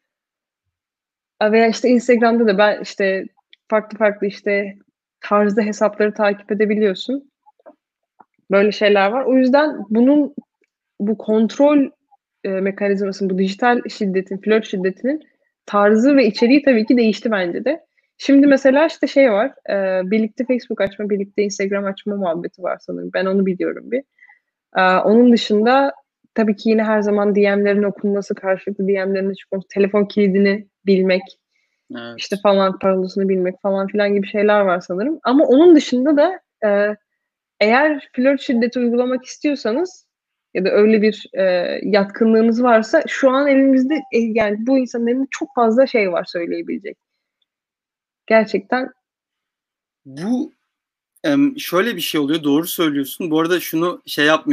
S2: Veya işte Instagram'da da ben işte farklı farklı işte tarzda hesapları takip edebiliyorsun. Böyle şeyler var. O yüzden bunun bu kontrol e, mekanizmasının, bu dijital şiddetin, flört şiddetinin tarzı ve içeriği tabii ki değişti bence de. Şimdi mesela işte şey var, e, birlikte Facebook açma, birlikte Instagram açma muhabbeti var sanırım. Ben onu biliyorum bir. E, onun dışında tabii ki yine her zaman D M'lerin okunması, karşılıklı D M'lerin çıkması, telefon kilidini bilmek, evet. işte falan parolasını bilmek falan filan gibi şeyler var sanırım. Ama onun dışında da e, eğer flört şiddeti uygulamak istiyorsanız ya da öyle bir e, yatkınlığınız varsa şu an elimizde e, yani bu insanın elinde çok fazla şey var söyleyebilecek. Gerçekten.
S1: Bu şöyle bir şey oluyor. Doğru söylüyorsun. Bu arada şunu şey yapmayayım.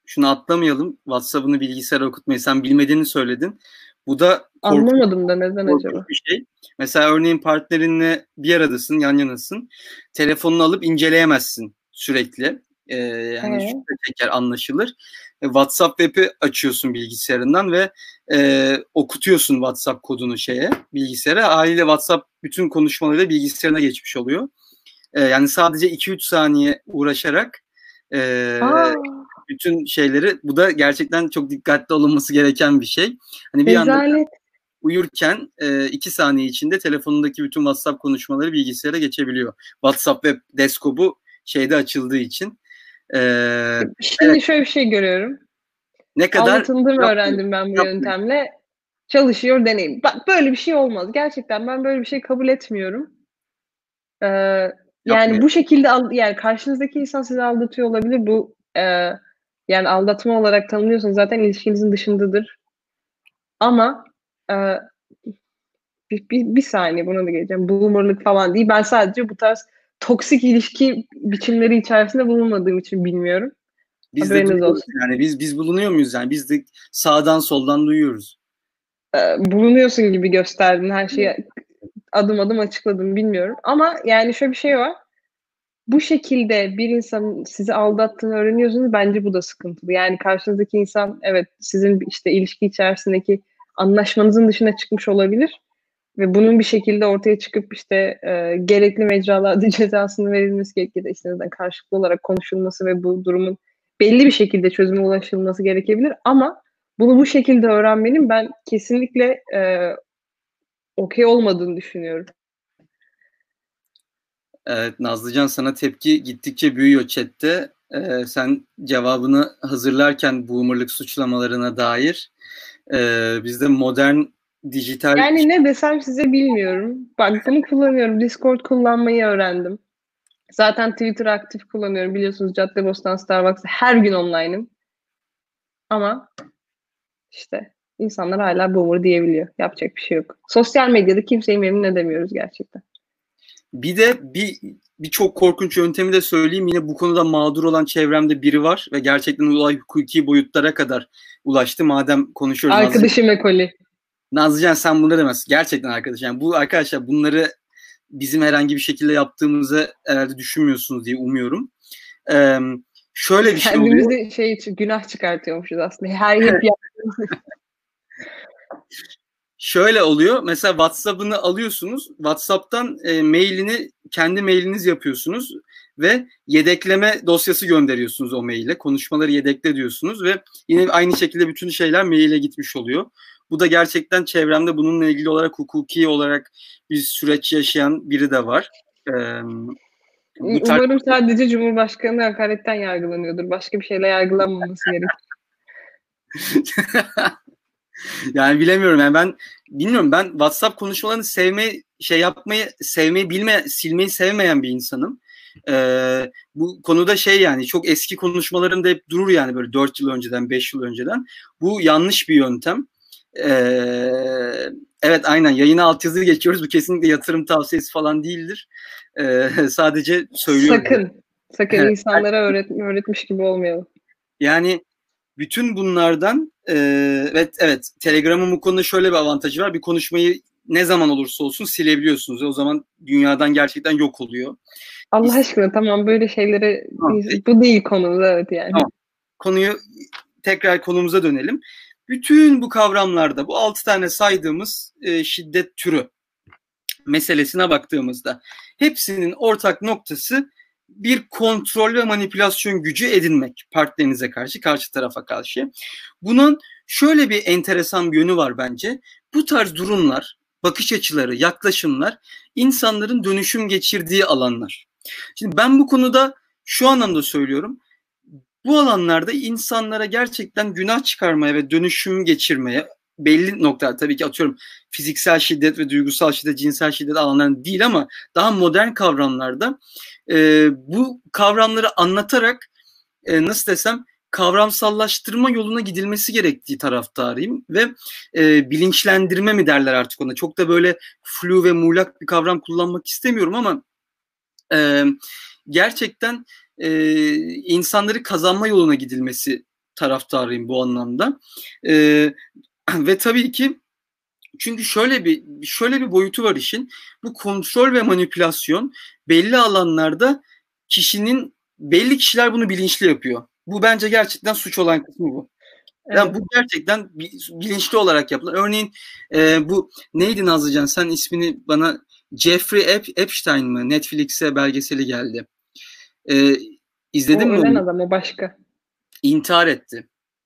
S1: şunu atlamayalım. WhatsApp'ını bilgisayara okutmayı sen bilmediğini söyledin. Bu da
S2: anlamadım da neden acaba?
S1: Bir şey. Mesela örneğin partnerinle bir aradasın, yan yanasın. Telefonunu alıp inceleyemezsin sürekli. Ee, yani
S2: Ee?
S1: şüphe çeker, anlaşılır. E, WhatsApp web'i açıyorsun bilgisayarından ve e, okutuyorsun WhatsApp kodunu şeye, bilgisayara. Haliyle WhatsApp bütün konuşmaları bilgisayarına geçmiş oluyor. E, yani sadece iki üç saniye uğraşarak e, bütün şeyleri, bu da gerçekten çok dikkatli olunması gereken bir şey. Hani bir anda uyurken e, iki saniye içinde telefonundaki bütün WhatsApp konuşmaları bilgisayara geçebiliyor. WhatsApp Web Desktop'u şeyde açıldığı için. E,
S2: Şimdi evet. Şöyle bir şey görüyorum.
S1: Ne kadar
S2: anlatıldığımı öğrendim ben bu yapmayın. yöntemle. Çalışıyor deneyim. Bak böyle bir şey olmaz. Gerçekten ben böyle bir şey kabul etmiyorum. Ee, yani yapmayın. Bu şekilde yani karşınızdaki insan sizi aldatıyor olabilir. Bu e, yani aldatma olarak tanımlıyorsunuz. Zaten ilişkinizin dışındadır. Ama e, bir, bir, bir saniye buna da geleceğim. Boomerlık falan değil. Ben sadece bu tarz toksik ilişki biçimleri içerisinde bulunmadığım için bilmiyorum.
S1: Biz de duyuyoruz yani. Biz biz bulunuyor muyuz yani? Biz de sağdan soldan duyuyoruz.
S2: Ee, bulunuyorsun gibi gösterdin. Her şeyi adım adım açıkladım, bilmiyorum. Ama yani şöyle bir şey var. Bu şekilde bir insanın sizi aldattığını öğreniyorsunuz. Bence bu da sıkıntılı. Yani karşınızdaki insan evet sizin işte ilişki içerisindeki anlaşmanızın dışına çıkmış olabilir. Ve bunun bir şekilde ortaya çıkıp işte e, gerekli mecralarda cezasının verilmesi gerekir. İşte karşılıklı olarak konuşulması ve bu durumun belli bir şekilde çözüme ulaşılması gerekebilir. Ama bunu bu şekilde öğrenmenin ben kesinlikle e, okey olmadığını düşünüyorum.
S1: Evet Nazlıcan, sana tepki gittikçe büyüyor chatte. Ee, sen cevabını hazırlarken boomerlık suçlamalarına dair e, bizde modern dijital...
S2: Yani ne desem size bilmiyorum. Bak bunu kullanıyorum. Discord kullanmayı öğrendim. Zaten Twitter aktif kullanıyorum. Biliyorsunuz Caddebostan Starbucks her gün online'ım. Ama işte insanlar hala boomer diyebiliyor. Yapacak bir şey yok. Sosyal medyada kimseyi memnun edemiyoruz gerçekten.
S1: Bir de bir bir çok korkunç yöntemi de söyleyeyim. Yine bu konuda mağdur olan çevremde biri var ve gerçekten olay hukuki boyutlara kadar ulaştı. Madem konuşuyoruz.
S2: Arkadaşım Nazlıcan, Ekoli.
S1: Nazlıcan sen bunları demezsin. Gerçekten arkadaş. Yani bu arkadaşlar bunları bizim herhangi bir şekilde yaptığımızı herhalde düşünmüyorsunuz diye umuyorum. Ee, şöyle bir şey oluyor.
S2: Kendimizi şey için günah çıkartıyormuşuz aslında. Her hep yaptığımız.
S1: Şöyle oluyor. Mesela WhatsApp'ını alıyorsunuz. WhatsApp'tan e, mailini kendi mailiniz yapıyorsunuz ve yedekleme dosyası gönderiyorsunuz o maile. Konuşmaları yedekle diyorsunuz ve yine aynı şekilde bütün şeyler maile gitmiş oluyor. Bu da gerçekten çevremde bununla ilgili olarak hukuki olarak bir süreç yaşayan biri de var. Ee,
S2: bu tar- Umarım sadece Cumhurbaşkanı hakaretten yargılanıyordur. Başka bir şeyle yargılanmaması gerekiyor.
S1: Yani bilemiyorum yani ben bilmiyorum ben WhatsApp konuşmalarını sevmeyi şey yapmayı sevmeyi bilme silmeyi sevmeyen bir insanım. Ee, bu konuda şey yani çok eski konuşmalarımda hep durur yani böyle dört yıl önceden beş yıl önceden. Bu yanlış bir yöntem. Ee, evet aynen yayına altyazı geçiyoruz. Bu kesinlikle yatırım tavsiyesi falan değildir. Ee, sadece söylüyorum.
S2: Sakın. Sakın insanlara öğret öğretmiş gibi olmayalım.
S1: Yani bütün bunlardan e, evet evet Telegram'ın bu konuda şöyle bir avantajı var. Bir konuşmayı ne zaman olursa olsun silebiliyorsunuz. O zaman dünyadan gerçekten yok oluyor.
S2: Allah İst- aşkına tamam böyle şeylere tamam, bu değil konumuz evet yani. Tamam.
S1: Konuyu tekrar konumuza dönelim. Bütün bu kavramlarda bu altı tane saydığımız e, şiddet türü meselesine baktığımızda hepsinin ortak noktası bir kontrol ve manipülasyon gücü edinmek partnerinize karşı, karşı tarafa karşı. Bunun şöyle bir enteresan bir yönü var bence. Bu tarz durumlar, bakış açıları, yaklaşımlar insanların dönüşüm geçirdiği alanlar. Şimdi ben bu konuda şu anlamda söylüyorum. Bu alanlarda insanlara gerçekten günah çıkarmaya ve dönüşüm geçirmeye belli noktalar tabii ki atıyorum fiziksel şiddet ve duygusal şiddet, cinsel şiddet alanlarında değil ama daha modern kavramlarda e, bu kavramları anlatarak e, nasıl desem kavramsallaştırma yoluna gidilmesi gerektiği taraftarıyım ve e, bilinçlendirme mi derler artık ona. Çok da böyle flu ve muğlak bir kavram kullanmak istemiyorum ama e, gerçekten e, insanları kazanma yoluna gidilmesi taraftarıyım bu anlamda. E, ve tabii ki çünkü şöyle bir şöyle bir boyutu var işin. Bu kontrol ve manipülasyon belli alanlarda kişinin belli kişiler bunu bilinçli yapıyor. Bu bence gerçekten suç olan kısmı bu. Yani bu gerçekten bilinçli olarak yapılan. Örneğin e, bu neydi Nazlıcan? Sen ismini bana Jeffrey Epstein mi? Netflix'e belgeseli geldi. E, izledin
S2: o
S1: mi?
S2: O ölen adam, o başka.
S1: İntihar etti.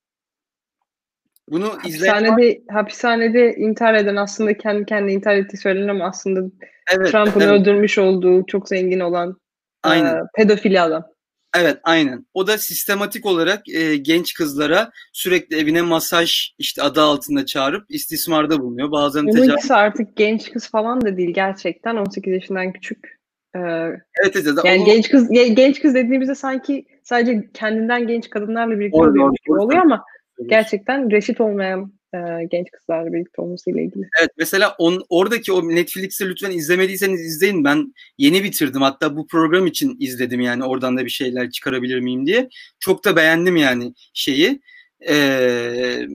S1: Bunu
S2: hapishanede izleyen... hapishanede intihar eden, aslında kendi kendine intihar ettiği söylenen ama aslında evet, Trump'ın evet. öldürmüş olduğu çok zengin olan e, pedofili adam.
S1: Evet, aynen. O da sistematik olarak e, genç kızlara sürekli evine masaj işte adı altında çağırıp istismarda bulunuyor. Bazen
S2: Onun tecavüz... ikisi artık genç kız falan da değil, gerçekten on sekiz yaşından küçük. Ee,
S1: evet, evet.
S2: Yani
S1: o...
S2: genç kız genç kız dediğimizde sanki sadece kendinden genç kadınlarla birlikte o, oluyor gibi oluyor ama gerçekten reşit olmayan e, genç kızlarla birlikte olmasıyla ilgili.
S1: Evet, mesela on, oradaki o Netflix'te lütfen izlemediyseniz izleyin. Ben yeni bitirdim. Hatta bu program için izledim, yani oradan da bir şeyler çıkarabilir miyim diye. Çok da beğendim yani şeyi. Ee,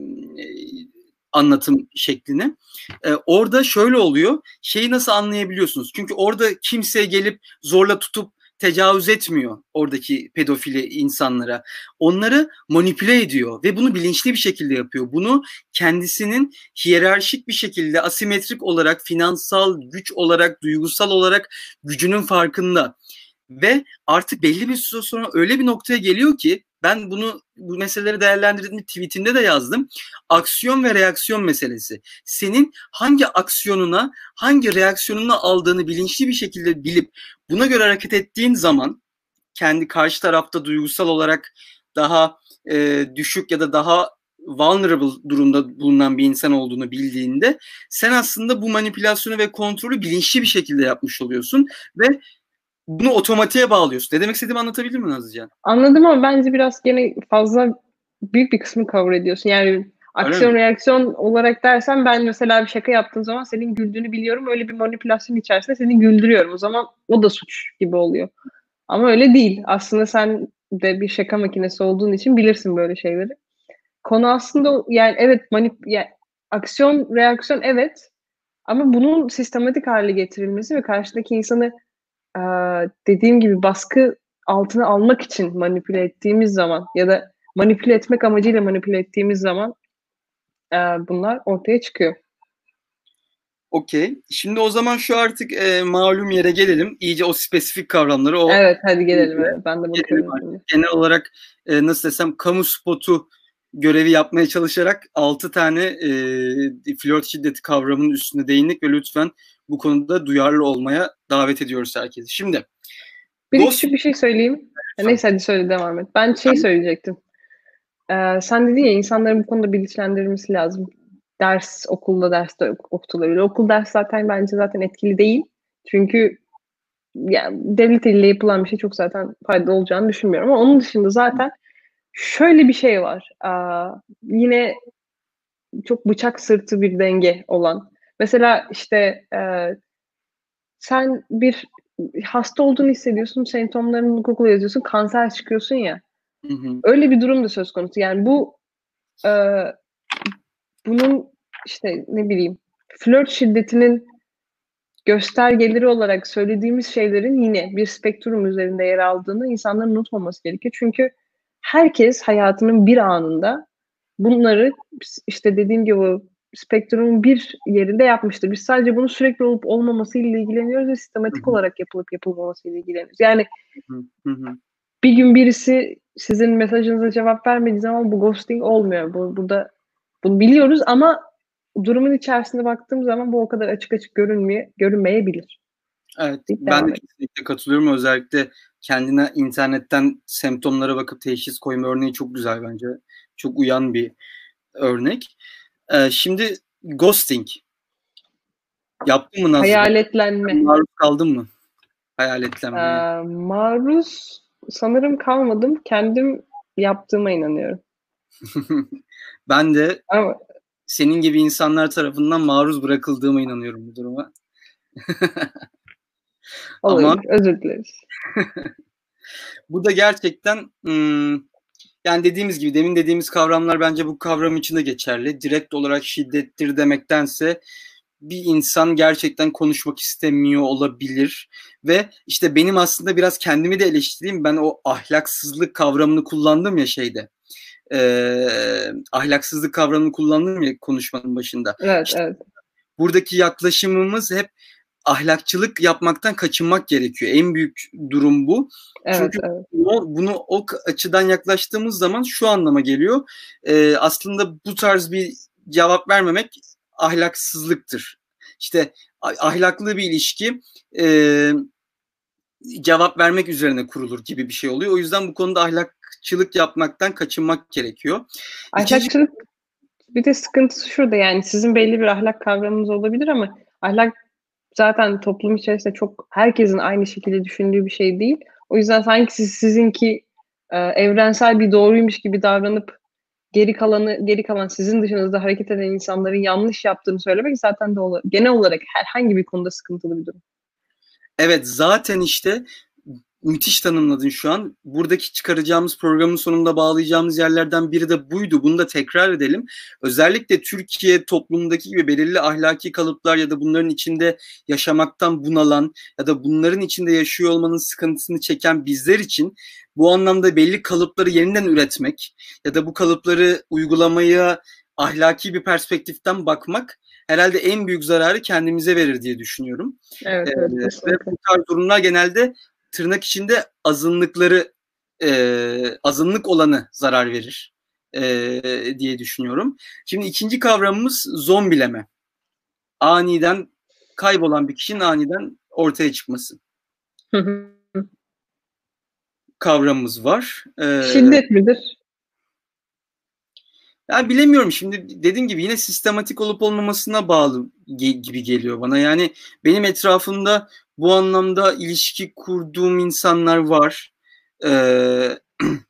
S1: anlatım şeklini. Ee, orada şöyle oluyor. Şeyi nasıl anlayabiliyorsunuz? Çünkü orada kimseye gelip zorla tutup tecavüz etmiyor oradaki pedofili insanlara. Onları manipüle ediyor ve bunu bilinçli bir şekilde yapıyor. Bunu kendisinin hiyerarşik bir şekilde asimetrik olarak, finansal güç olarak, duygusal olarak gücünün farkında. Ve artık belli bir süre sonra öyle bir noktaya geliyor ki, ben bunu bu meseleleri değerlendirdiğim tweetimde de yazdım. Aksiyon ve reaksiyon meselesi. Senin hangi aksiyonuna, hangi reaksiyonuna aldığını bilinçli bir şekilde bilip buna göre hareket ettiğin zaman, kendi karşı tarafta duygusal olarak daha e, düşük ya da daha vulnerable durumda bulunan bir insan olduğunu bildiğinde, sen aslında bu manipülasyonu ve kontrolü bilinçli bir şekilde yapmış oluyorsun ve bunu otomatiğe bağlıyorsun. Ne demek istediğimi anlatabildim mi Nazlıcan?
S2: Anladım ama bence biraz gene fazla büyük bir kısmı cover ediyorsun. Yani aksiyon reaksiyon olarak dersen, ben mesela bir şaka yaptığın zaman senin güldüğünü biliyorum. Öyle bir manipülasyon içerisinde seni güldürüyorum. O zaman o da suç gibi oluyor. Ama öyle değil. Aslında sen de bir şaka makinesi olduğun için bilirsin böyle şeyleri. Konu aslında yani evet manip yani aksiyon reaksiyon evet, ama bunun sistematik hale getirilmesi ve karşıdaki insanı e, dediğim gibi baskı altına almak için manipüle ettiğimiz zaman ya da manipüle etmek amacıyla manipüle ettiğimiz zaman e, bunlar ortaya çıkıyor.
S1: Okey. Şimdi o zaman şu artık e, malum yere gelelim. İyice o spesifik kavramları. O
S2: evet hadi gelelim. Evet, ben de bakıyorum.
S1: Genel olarak e, nasıl desem kamu spotu görevi yapmaya çalışarak altı tane e, flört şiddeti kavramının üstüne değindik ve lütfen bu konuda duyarlı olmaya davet ediyoruz herkesi. Şimdi
S2: bir dost... küçük bir şey söyleyeyim. Neyse hadi söyle, devam et. Ben şey söyleyecektim. Ee, sen dedin ya, insanların bu konuda bilinçlendirilmesi lazım. Ders, okulda derste okutulabilir. Okul ders zaten bence zaten etkili değil. Çünkü yani devlet eliyle yapılan bir şey çok zaten faydalı olacağını düşünmüyorum. Ama onun dışında zaten şöyle bir şey var. Aa, yine çok bıçak sırtı bir denge olan. Mesela işte e, sen bir hasta olduğunu hissediyorsun, semptomlarını Google'a yazıyorsun, kanser çıkıyorsun ya.
S1: Hı hı.
S2: Öyle bir durum da söz konusu. Yani bu e, bunun işte ne bileyim flört şiddetinin göstergeleri olarak söylediğimiz şeylerin yine bir spektrum üzerinde yer aldığını insanların unutmaması gerekiyor. Çünkü herkes hayatının bir anında bunları işte dediğim gibi spektrumun bir yerinde yapmıştır. Biz sadece bunu sürekli olup olmamasıyla ilgileniyoruz ve sistematik hı hı. olarak yapılıp yapılmamasıyla ilgileniyoruz. Yani hı hı. bir gün birisi sizin mesajınıza cevap vermediği zaman bu ghosting olmuyor. Bu, burada bunu biliyoruz ama durumun içerisinde baktığım zaman bu o kadar açık açık görünmeye, görünmeyebilir.
S1: Evet, ben de kesinlikle katılıyorum. Özellikle kendine internetten semptomlara bakıp teşhis koyma örneği çok güzel bence. Çok uyan bir örnek. Ee, şimdi ghosting. Yaptın mı Nazlı?
S2: Hayaletlenme.
S1: Maruz kaldın mı? Hayaletlenmeye.
S2: Ee, maruz sanırım kalmadım. Kendim yaptığıma inanıyorum.
S1: Ben de Ama... senin gibi insanlar tarafından maruz bırakıldığıma inanıyorum bu duruma.
S2: Olur, ama özür dileriz.
S1: Bu da gerçekten ım, Yani dediğimiz gibi, demin dediğimiz kavramlar bence bu kavram içinde geçerli. Direkt olarak şiddettir demektense bir insan gerçekten konuşmak istemiyor olabilir. Ve işte benim aslında biraz kendimi de eleştireyim. Ben o ahlaksızlık kavramını kullandım ya şeyde. Ee, ahlaksızlık kavramını kullandım ya konuşmanın başında.
S2: Evet,
S1: İşte
S2: evet.
S1: buradaki yaklaşımımız hep ahlakçılık yapmaktan kaçınmak gerekiyor. En büyük durum bu.
S2: Evet,
S1: Çünkü
S2: evet.
S1: bunu, bunu o açıdan yaklaştığımız zaman şu anlama geliyor. Ee, aslında bu tarz bir cevap vermemek ahlaksızlıktır. İşte ahlaklı bir ilişki e, cevap vermek üzerine kurulur gibi bir şey oluyor. O yüzden bu konuda ahlakçılık yapmaktan kaçınmak gerekiyor. İkinci...
S2: Ahlakçılık bir de sıkıntısı şurada, yani sizin belli bir ahlak kavramınız olabilir ama ahlak zaten toplum içerisinde çok herkesin aynı şekilde düşündüğü bir şey değil. O yüzden sanki siz, sizinki e, evrensel bir doğruymuş gibi davranıp geri kalanı geri kalan sizin dışınızda hareket eden insanların yanlış yaptığını söylemek zaten de ola, genel olarak herhangi bir konuda sıkıntılı bir durum.
S1: Evet, zaten işte müthiş tanımladın şu an. Buradaki çıkaracağımız, programın sonunda bağlayacağımız yerlerden biri de buydu. Bunu da tekrar edelim. Özellikle Türkiye toplumundaki gibi belirli ahlaki kalıplar ya da bunların içinde yaşamaktan bunalan ya da bunların içinde yaşıyor olmanın sıkıntısını çeken bizler için bu anlamda belli kalıpları yeniden üretmek ya da bu kalıpları uygulamaya ahlaki bir perspektiften bakmak herhalde en büyük zararı kendimize verir diye düşünüyorum.
S2: Evet,
S1: Ee,
S2: evet,
S1: ve bu tarz durumlar genelde tırnak içinde azınlıkları e, azınlık olanı zarar verir e, diye düşünüyorum. Şimdi ikinci kavramımız zombileme. Aniden kaybolan bir kişinin aniden ortaya çıkması kavramımız var. Ee,
S2: Şiddet midir?
S1: Yani bilemiyorum, şimdi dediğim gibi yine sistematik olup olmamasına bağlı gibi geliyor bana. Yani benim etrafımda bu anlamda ilişki kurduğum insanlar var. Ee,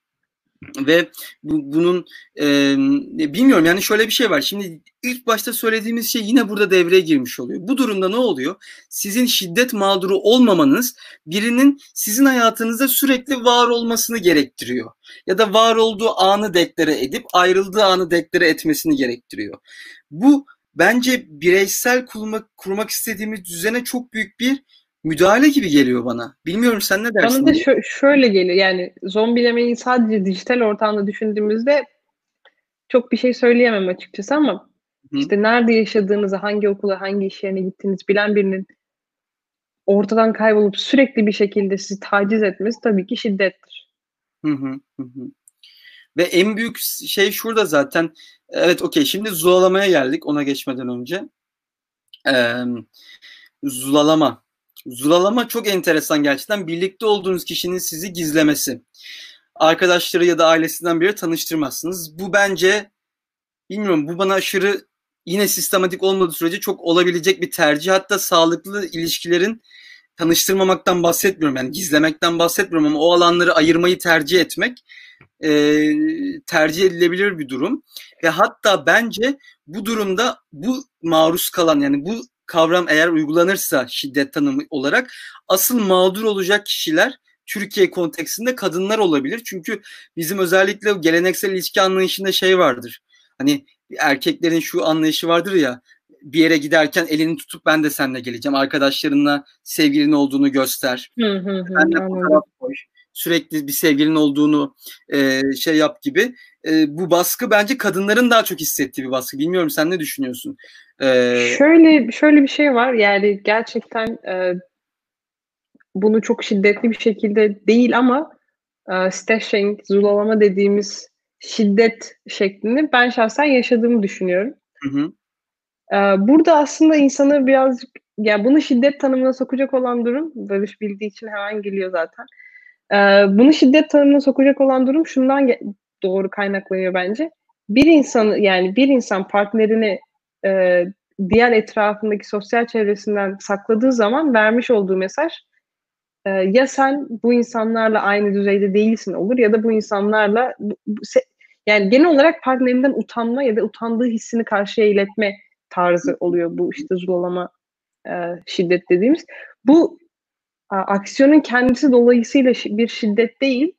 S1: ve bu, bunun e, bilmiyorum, yani şöyle bir şey var. Şimdi ilk başta söylediğimiz şey yine burada devreye girmiş oluyor. Bu durumda ne oluyor? Sizin şiddet mağduru olmamanız birinin sizin hayatınızda sürekli var olmasını gerektiriyor. Ya da var olduğu anı deklare edip ayrıldığı anı deklare etmesini gerektiriyor. Bu bence bireysel kurmak, kurmak istediğimiz düzene çok büyük bir müdahale gibi geliyor bana. Bilmiyorum, sen ne dersin?
S2: Bana da şö- şöyle geliyor, yani zombilemeyi sadece dijital ortamda düşündüğümüzde çok bir şey söyleyemem açıkçası ama
S1: Hı.
S2: işte nerede yaşadığınızı, hangi okula, hangi iş yerine gittiğinizi bilen birinin ortadan kaybolup sürekli bir şekilde sizi taciz etmesi tabii ki şiddettir.
S1: Hı hı, hı hı. Ve en büyük şey şurada zaten. Evet, okey, şimdi zulalamaya geldik ona geçmeden önce. Ee, zulalama. Zulalama çok enteresan gerçekten. Birlikte olduğunuz kişinin sizi gizlemesi. Arkadaşları ya da ailesinden biri tanıştırmazsınız. Bu bence, bilmiyorum, bu bana aşırı, yine sistematik olmadığı sürece çok olabilecek bir tercih. Hatta sağlıklı ilişkilerin, tanıştırmamaktan bahsetmiyorum, yani gizlemekten bahsetmiyorum ama o alanları ayırmayı tercih etmek e, tercih edilebilir bir durum. Ve hatta bence bu durumda bu maruz kalan, yani bu kavram eğer uygulanırsa şiddet tanımı olarak asıl mağdur olacak kişiler Türkiye kontekstinde kadınlar olabilir. Çünkü bizim özellikle geleneksel ilişki anlayışında şey vardır. Hani erkeklerin şu anlayışı vardır ya, bir yere giderken elini tutup ben de seninle geleceğim. Arkadaşlarınla sevgilin olduğunu göster.
S2: Hı hı hı,
S1: Ben de fotoğraf
S2: anladım.
S1: koy. Sürekli bir sevgilin olduğunu e, şey yap gibi. E, bu baskı bence kadınların daha çok hissettiği bir baskı. Bilmiyorum, sen ne düşünüyorsun? E,
S2: Şöyle şöyle bir şey var, yani gerçekten e, bunu çok şiddetli bir şekilde değil ama e, stashing, zulalama dediğimiz şiddet şeklini ben şahsen yaşadığımı düşünüyorum.
S1: hı hı,
S2: E, burada aslında insanı birazcık, ya bunu şiddet tanımına sokacak olan durum, Barış bildiği için hemen geliyor zaten. E, bunu şiddet tanımına sokacak olan durum şundan ge- doğru kaynaklanıyor bence. Bir insanı, yani bir insan partnerini e, diğer etrafındaki sosyal çevresinden sakladığı zaman vermiş olduğu mesaj, e, ya sen bu insanlarla aynı düzeyde değilsin olur ya da bu insanlarla bu, bu, se, yani genel olarak partnerinden utanma ya da utandığı hissini karşıya iletme tarzı oluyor bu işte zulalama, e, şiddet dediğimiz. Bu a, aksiyonun kendisi dolayısıyla şi- bir şiddet değil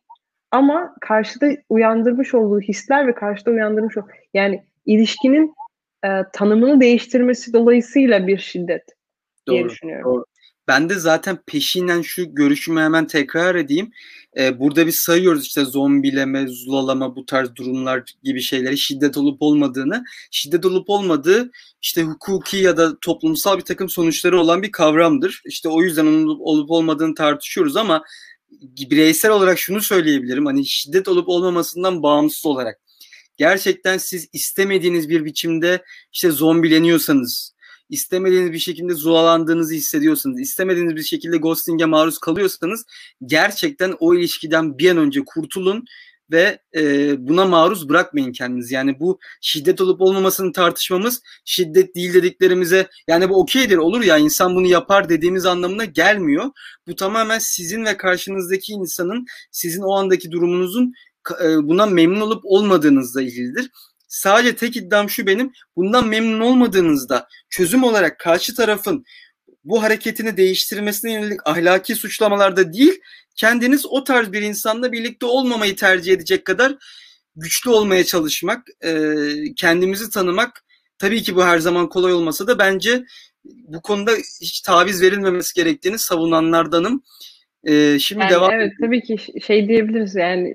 S2: Ama karşıda uyandırmış olduğu hisler ve karşıda uyandırmış olduğu yani ilişkinin e, tanımını değiştirmesi dolayısıyla bir şiddet diye
S1: Doğru,
S2: düşünüyorum.
S1: doğru. Ben de zaten peşinen şu görüşümü hemen tekrar edeyim. Ee, burada biz sayıyoruz işte zombileme, zulalama, bu tarz durumlar gibi şeyleri, şiddet olup olmadığını. Şiddet olup olmadığı işte hukuki ya da toplumsal bir takım sonuçları olan bir kavramdır. İşte o yüzden onun olup olmadığını tartışıyoruz ama bireysel olarak şunu söyleyebilirim. Hani şiddet olup olmamasından bağımsız olarak. Gerçekten siz istemediğiniz bir biçimde işte zombileniyorsanız, istemediğiniz bir şekilde zulalandığınızı hissediyorsanız, istemediğiniz bir şekilde ghosting'e maruz kalıyorsanız gerçekten o ilişkiden bir an önce kurtulun ve e, buna maruz bırakmayın kendinizi. Yani bu şiddet olup olmamasını tartışmamız şiddet değil dediklerimize yani bu okeydir olur ya insan bunu yapar dediğimiz anlamına gelmiyor. Bu tamamen sizin ve karşınızdaki insanın sizin o andaki durumunuzun buna memnun olup olmadığınızla ilgilidir. Sadece tek iddiam şu benim, bundan memnun olmadığınızda çözüm olarak karşı tarafın bu hareketini değiştirmesine yönelik ahlaki suçlamalarda değil, kendiniz o tarz bir insanla birlikte olmamayı tercih edecek kadar güçlü olmaya çalışmak, kendimizi tanımak, tabii ki bu her zaman kolay olmasa da bence bu konuda hiç taviz verilmemesi gerektiğini savunanlardanım. Şimdi
S2: yani
S1: devam
S2: evet, tabii ki şey diyebiliriz yani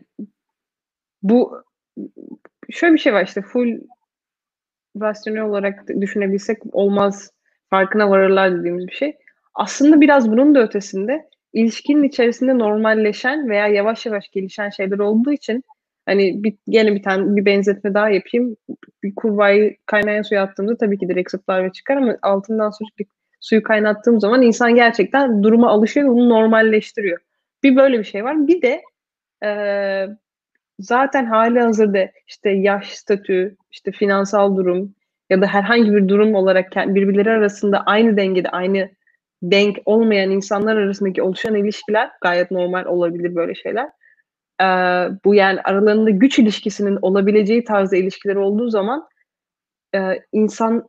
S2: bu şöyle bir şey var işte full rasyonel olarak düşünebilsek olmaz, farkına varırlar dediğimiz bir şey. Aslında biraz bunun da ötesinde ilişkinin içerisinde normalleşen veya yavaş yavaş gelişen şeyler olduğu için hani bir, gene bir tane bir benzetme daha yapayım. Bir kurbağayı kaynayan suya attığımda tabii ki direkt zıplar ve çıkar ama altından sürekli suyu kaynattığım zaman insan gerçekten duruma alışıyor ve bunu normalleştiriyor. Bir böyle bir şey var. Bir de ee, zaten hali hazırda işte yaş, statü, işte finansal durum ya da herhangi bir durum olarak birbirleri arasında aynı dengede, aynı denk olmayan insanlar arasındaki oluşan ilişkiler gayet normal olabilir böyle şeyler. Ee, bu yani aralarında güç ilişkisinin olabileceği tarzda ilişkiler olduğu zaman e, insan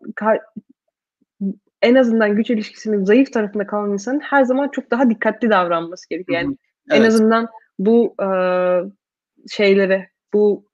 S2: en azından güç ilişkisinin zayıf tarafında kalan insanın her zaman çok daha dikkatli davranması gerekiyor. Yani
S1: evet.
S2: En azından bu e, şeylere, bu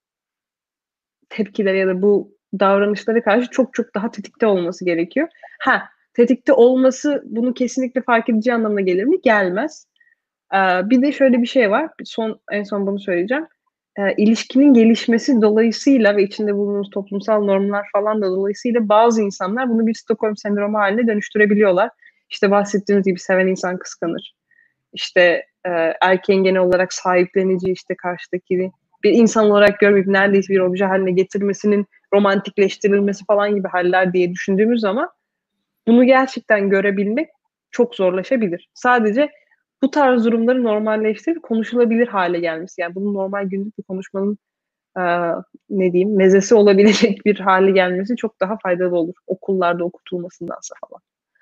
S2: tepkilere ya da bu davranışlara karşı çok çok daha tetikte olması gerekiyor. Ha, tetikte olması bunu kesinlikle fark edeceği anlamına gelir mi? Gelmez. Ee, bir de şöyle bir şey var. Son en son bunu söyleyeceğim. Ee, ilişkinin gelişmesi dolayısıyla ve içinde bulunduğumuz toplumsal normlar falan da dolayısıyla bazı insanlar bunu bir Stockholm sendromu haline dönüştürebiliyorlar. İşte bahsettiğimiz gibi seven insan kıskanır. İşte e, erkeğin genel olarak sahiplenici, işte karşıdaki bir insan olarak görmeyip neredeyse bir obje haline getirmesinin romantikleştirilmesi falan gibi haller diye düşündüğümüz zaman bunu gerçekten görebilmek çok zorlaşabilir. Sadece bu tarz durumları normalleştirip konuşulabilir hale gelmesi. Yani bunun normal günlük bir konuşmanın e, ne diyeyim mezesi olabilecek bir hale gelmesi çok daha faydalı olur. Okullarda okutulmasındansa falan.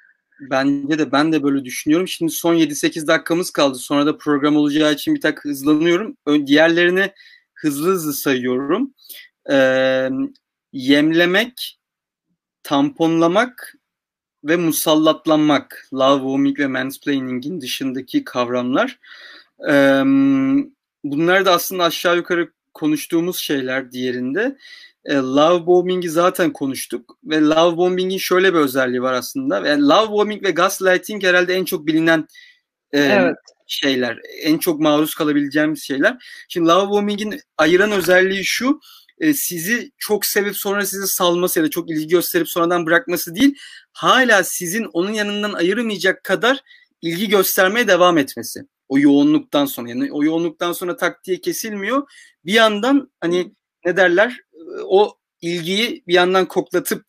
S1: Bence de ben de böyle düşünüyorum. Şimdi son yedi sekiz dakikamız kaldı. Sonra da program olacağı için bir tak hızlanıyorum. Diğerlerini hızlı hızlı sayıyorum. Ee, yemlemek, tamponlamak ve musallatlanmak. Love bombing ve mansplaining'in dışındaki kavramlar. Ee, bunlar da aslında aşağı yukarı konuştuğumuz şeyler diğerinde. E, love bombing'i zaten konuştuk ve love bombing'in şöyle bir özelliği var aslında. Yani love bombing ve gaslighting herhalde en çok bilinen e, evet. şeyler, en çok maruz kalabileceğimiz şeyler. Şimdi love bombing'in ayıran özelliği şu, e, sizi çok sevip sonra sizi salması ya da çok ilgi gösterip sonradan bırakması değil, hala sizin onun yanından ayıramayacak kadar ilgi göstermeye devam etmesi. O yoğunluktan sonra, yani o yoğunluktan sonra tak diye kesilmiyor. Bir yandan hani ne derler, o ilgiyi bir yandan koklatıp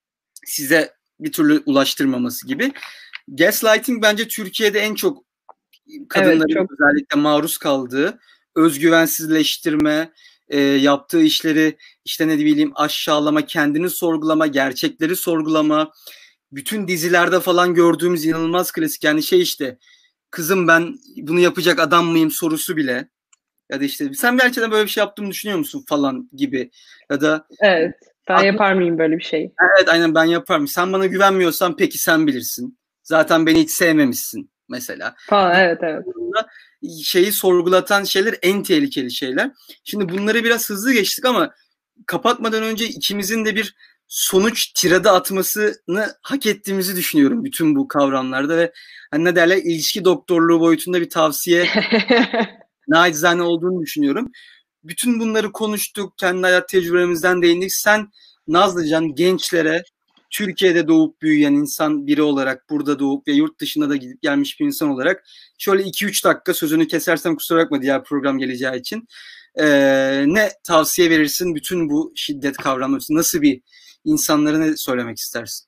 S1: size bir türlü ulaştırmaması gibi. Gaslighting bence Türkiye'de en çok kadınların evet, çok... özellikle maruz kaldığı, özgüvensizleştirme, e, yaptığı işleri işte ne bileyim aşağılama, kendini sorgulama, gerçekleri sorgulama, bütün dizilerde falan gördüğümüz inanılmaz klasik yani şey işte kızım ben bunu yapacak adam mıyım sorusu bile ya da işte sen gerçekten böyle bir şey yaptığımı düşünüyor musun falan gibi ya da
S2: evet ben aklı... yapar mıyım böyle bir şey?
S1: Evet aynen ben yaparım. Sen bana güvenmiyorsan peki sen bilirsin. Zaten beni hiç sevmemişsin mesela.
S2: Falan evet evet.
S1: şeyi sorgulatan şeyler en tehlikeli şeyler. Şimdi bunları biraz hızlı geçtik ama kapatmadan önce ikimizin de bir sonuç tiradı atmasını hak ettiğimizi düşünüyorum bütün bu kavramlarda ve hani ne derler, ilişki doktorluğu boyutunda bir tavsiye naçizane olduğunu düşünüyorum. Bütün bunları konuştuk, kendi hayat tecrübemizden değindik. Sen Nazlıcan, gençlere, Türkiye'de doğup büyüyen insan biri olarak, burada doğup ve yurt dışına da gidip gelmiş bir insan olarak şöyle iki üç dakika, sözünü kesersem kusura bakma diğer program geleceği için, ee, ne tavsiye verirsin bütün bu şiddet kavramı için? Nasıl bir insanlara ne söylemek istersin?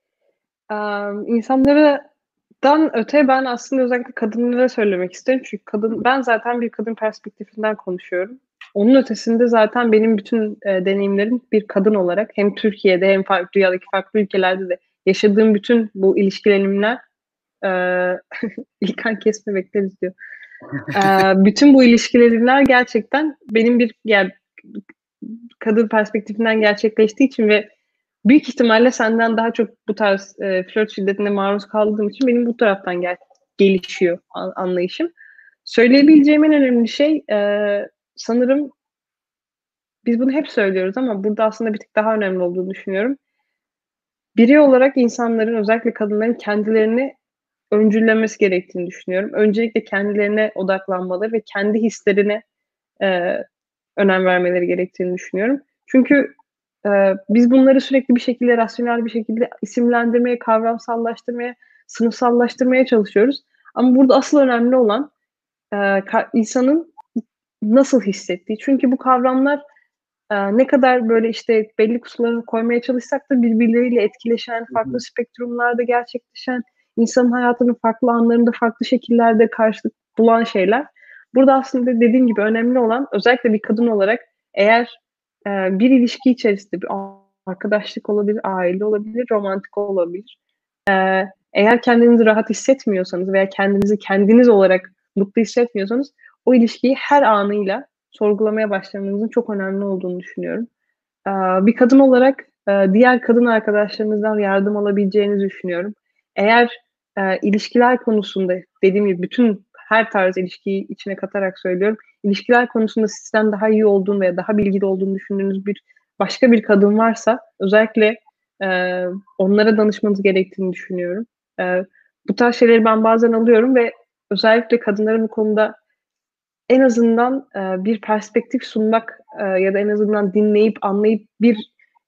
S2: Um, insanlardan öte ben aslında özellikle kadınlara söylemek isterim. Çünkü kadın, ben zaten bir kadın perspektifinden konuşuyorum. Onun ötesinde zaten benim bütün e, deneyimlerim bir kadın olarak hem Türkiye'de hem farklı, dünyadaki farklı ülkelerde de yaşadığım bütün bu ilişkilerimler e, İlkan kesme bekleriz diyor. E, bütün bu ilişkilerimler gerçekten benim bir yani, kadın perspektifinden gerçekleştiği için ve büyük ihtimalle senden daha çok bu tarz e, flört şiddetine maruz kaldığım için benim bu taraftan gel gelişiyor an anlayışım. Söyleyebileceğim en önemli şey e, sanırım biz bunu hep söylüyoruz ama burada aslında bir tık daha önemli olduğunu düşünüyorum. Birey olarak insanların, özellikle kadınların kendilerini öncüllemesi gerektiğini düşünüyorum. Öncelikle kendilerine odaklanmaları ve kendi hislerine e, önem vermeleri gerektiğini düşünüyorum. Çünkü e, biz bunları sürekli bir şekilde, rasyonel bir şekilde isimlendirmeye, kavramsallaştırmaya, sınıfsallaştırmaya çalışıyoruz. Ama burada asıl önemli olan e, insanın nasıl hissettiği. Çünkü bu kavramlar e, ne kadar böyle işte belli kusurları koymaya çalışsak da birbirleriyle etkileşen, farklı spektrumlarda gerçekleşen, insanın hayatının farklı anlarında farklı şekillerde karşılık bulan şeyler. Burada aslında dediğim gibi önemli olan, özellikle bir kadın olarak, eğer e, bir ilişki içerisinde bir arkadaşlık olabilir, aile olabilir, romantik olabilir. E, eğer kendinizi rahat hissetmiyorsanız veya kendinizi kendiniz olarak mutlu hissetmiyorsanız o ilişkiyi her anıyla sorgulamaya başlamanızın çok önemli olduğunu düşünüyorum. Ee, bir kadın olarak e, diğer kadın arkadaşlarınızdan yardım alabileceğinizi düşünüyorum. Eğer e, ilişkiler konusunda, dediğim gibi bütün her tarz ilişkiyi içine katarak söylüyorum, ilişkiler konusunda sizden daha iyi olduğunu veya daha bilgili olduğunu düşündüğünüz bir başka bir kadın varsa özellikle e, onlara danışmanız gerektiğini düşünüyorum. E, bu tarz şeyleri ben bazen alıyorum ve özellikle kadınların bu konuda en azından e, bir perspektif sunmak e, ya da en azından dinleyip anlayıp bir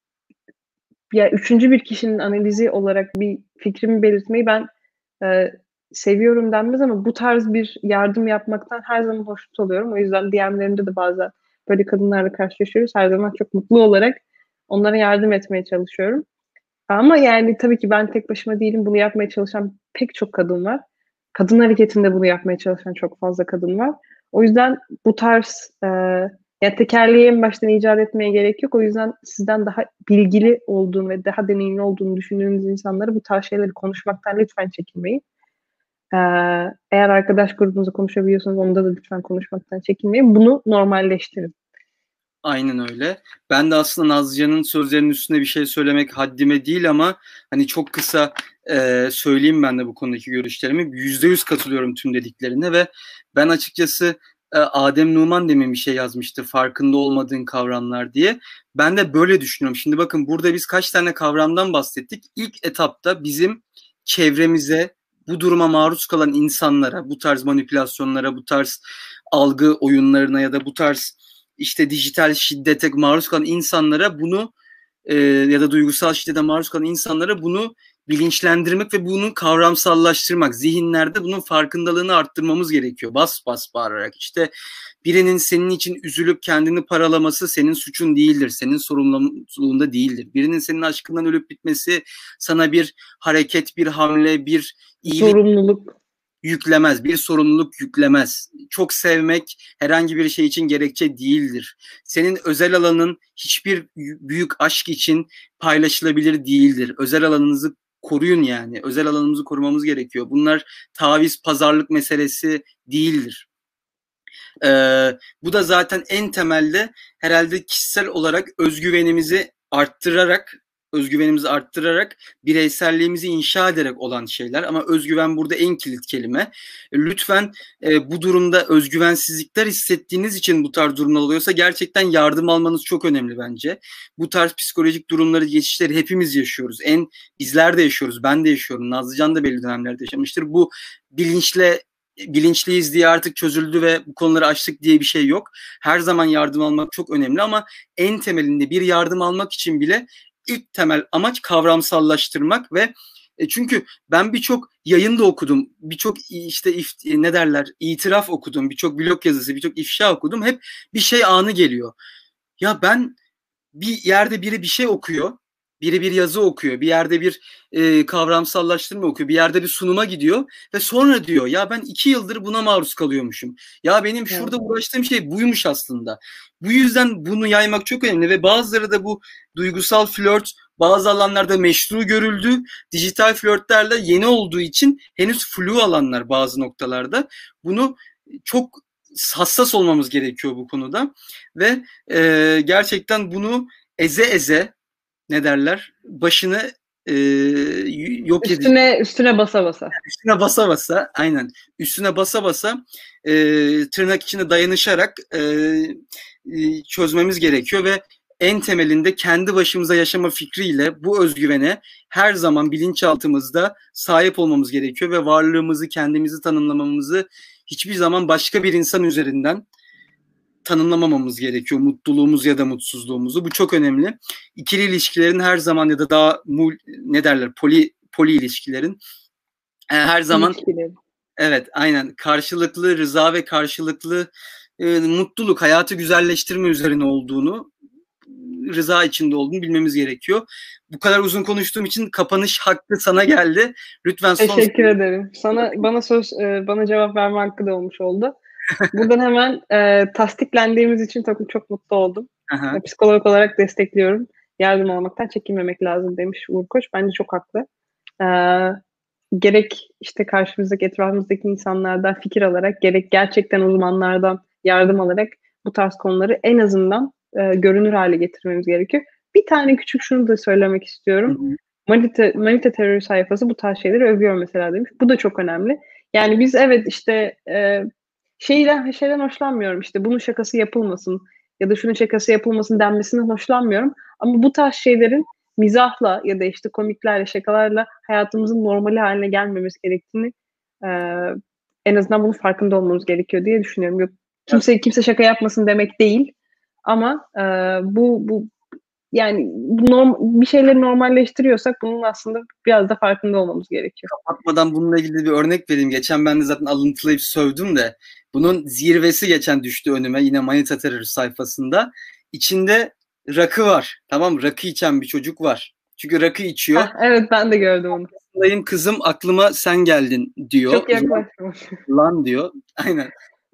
S2: ya üçüncü bir kişinin analizi olarak bir fikrimi belirtmeyi ben e, seviyorum denmez ama bu tarz bir yardım yapmaktan her zaman hoşnut oluyorum. O yüzden D M'lerimde de bazen böyle kadınlarla karşılaşıyoruz. Her zaman çok mutlu olarak onlara yardım etmeye çalışıyorum. Ama yani tabii ki ben tek başıma değilim. Bunu yapmaya çalışan pek çok kadın var. Kadın hareketinde bunu yapmaya çalışan çok fazla kadın var. O yüzden bu tarz e, ya tekerleği en baştan icat etmeye gerek yok. O yüzden sizden daha bilgili olduğunu ve daha deneyimli olduğunu düşündüğünüz insanlara bu tarz şeyleri konuşmaktan lütfen çekinmeyin. Ee, eğer arkadaş grubunuzla konuşabiliyorsanız onda da lütfen konuşmaktan çekinmeyin. Bunu normalleştirin.
S1: Aynen öyle. Ben de aslında Nazlıcan'ın sözlerinin üstüne bir şey söylemek haddime değil ama hani çok kısa e, söyleyeyim ben de bu konudaki görüşlerimi. Yüzde yüz katılıyorum tüm dediklerine ve ben açıkçası e, Adem Numan demin bir şey yazmıştı, farkında olmadığın kavramlar diye. Ben de böyle düşünüyorum. Şimdi bakın, burada biz kaç tane kavramdan bahsettik. İlk etapta bizim çevremize, bu duruma maruz kalan insanlara, bu tarz manipülasyonlara, bu tarz algı oyunlarına ya da bu tarz işte dijital şiddete maruz kalan insanlara bunu e, ya da duygusal şiddete maruz kalan insanlara bunu bilinçlendirmek ve bunu kavramsallaştırmak, zihinlerde bunun farkındalığını arttırmamız gerekiyor. Bas bas bağırarak, işte birinin senin için üzülüp kendini paralaması senin suçun değildir, senin sorumluluğunda değildir. Birinin senin aşkından ölüp bitmesi sana bir hareket, bir hamle, bir iyilik
S2: sorumluluk
S1: yüklemez, bir sorumluluk yüklemez. Çok sevmek herhangi bir şey için gerekçe değildir. Senin özel alanın hiçbir büyük aşk için paylaşılabilir değildir. Özel alanınızı koruyun yani. Özel alanımızı korumamız gerekiyor. Bunlar taviz, pazarlık meselesi değildir. Ee, bu da zaten en temelde herhalde kişisel olarak özgüvenimizi arttırarak özgüvenimizi arttırarak, bireyselliğimizi inşa ederek olan şeyler. Ama özgüven burada en kilit kelime. Lütfen e, bu durumda özgüvensizlikler hissettiğiniz için bu tarz durumlar oluyorsa gerçekten yardım almanız çok önemli bence. Bu tarz psikolojik durumları, geçişleri hepimiz yaşıyoruz. En bizler de yaşıyoruz. Ben de yaşıyorum. Nazlıcan da belli dönemlerde yaşamıştır. Bu bilinçle bilinçliyiz diye artık çözüldü ve bu konuları açtık diye bir şey yok. Her zaman yardım almak çok önemli ama en temelinde bir yardım almak için bile ilk temel amaç kavramsallaştırmak ve e, çünkü ben birçok yayın da okudum, birçok işte if, ne derler itiraf okudum, birçok blog yazısı, birçok ifşa okudum. Hep bir şey anı geliyor. Ya ben bir yerde biri bir şey okuyor, biri bir yazı okuyor, bir yerde bir e, kavramsallaştırma okuyor, bir yerde bir sunuma gidiyor ve sonra diyor ya ben iki yıldır buna maruz kalıyormuşum. Ya benim şurada uğraştığım şey buymuş aslında. Bu yüzden bunu yaymak çok önemli ve bazıları da bu duygusal flört bazı alanlarda meşru görüldü. Dijital flörtlerle yeni olduğu için henüz flu alanlar bazı noktalarda. Bunu çok hassas olmamız gerekiyor bu konuda ve e, gerçekten bunu eze eze ne derler başını e, yok edecek.
S2: Üstüne, üstüne basa basa.
S1: Üstüne basa basa aynen üstüne basa basa e, tırnak içine dayanışarak e, e, çözmemiz gerekiyor ve en temelinde kendi başımıza yaşama fikriyle bu özgüvene her zaman bilinçaltımızda sahip olmamız gerekiyor ve varlığımızı, kendimizi tanımlamamızı hiçbir zaman başka bir insan üzerinden tanımlamamamız gerekiyor. Mutluluğumuz ya da mutsuzluğumuzu. Bu çok önemli. İkili ilişkilerin her zaman ya da daha mul, ne derler poli poli ilişkilerin e, her zaman
S2: İlişkileri.
S1: evet aynen karşılıklı rıza ve karşılıklı e, mutluluk, hayatı güzelleştirme üzerine olduğunu, rıza içinde olduğunu bilmemiz gerekiyor. Bu kadar uzun konuştuğum için kapanış hakkı sana geldi. Lütfen son...
S2: Teşekkür ederim. Sana bana söz bana cevap verme hakkı da olmuş oldu. Buradan hemen e, tasdiklendiğimiz için çok çok mutlu oldum.
S1: Aha.
S2: Psikolog olarak destekliyorum. Yardım almaktan çekinmemek lazım demiş Uğur Koç. Bence çok haklı. E, gerek işte karşımızdaki, etrafımızdaki insanlardan fikir alarak, gerek gerçekten uzmanlardan yardım alarak bu tarz konuları en azından e, görünür hale getirmemiz gerekiyor. Bir tane küçük şunu da söylemek istiyorum. Hı hı. Manita, Manita terör sayfası bu tarz şeyleri övüyor mesela demiş. Bu da çok önemli. Yani biz evet işte e, şeyden, şeyden hoşlanmıyorum. İşte bunun şakası yapılmasın ya da şunun şakası yapılmasın denmesinden hoşlanmıyorum. Ama bu tarz şeylerin mizahla ya da işte komiklerle, şakalarla hayatımızın normali haline gelmemesi gerektiğini e, en azından bunun farkında olmamız gerekiyor diye düşünüyorum. Yok, kimse kimse şaka yapmasın demek değil. Ama e, bu bu yani norm, bir şeyleri normalleştiriyorsak bunun aslında biraz da farkında olmamız gerekiyor.
S1: Kapatmadan bununla ilgili bir örnek vereyim. Geçen ben de zaten alıntılayıp sövdüm de bunun zirvesi geçen düştü önüme yine Manita Terör sayfasında. İçinde rakı var. Tamam, rakı içen bir çocuk var. Çünkü rakı içiyor.
S2: Heh, evet ben de gördüm onu.
S1: Dayım kızım aklıma sen geldin diyor.
S2: Çok yaklaşmış.
S1: Lan diyor. Aynen.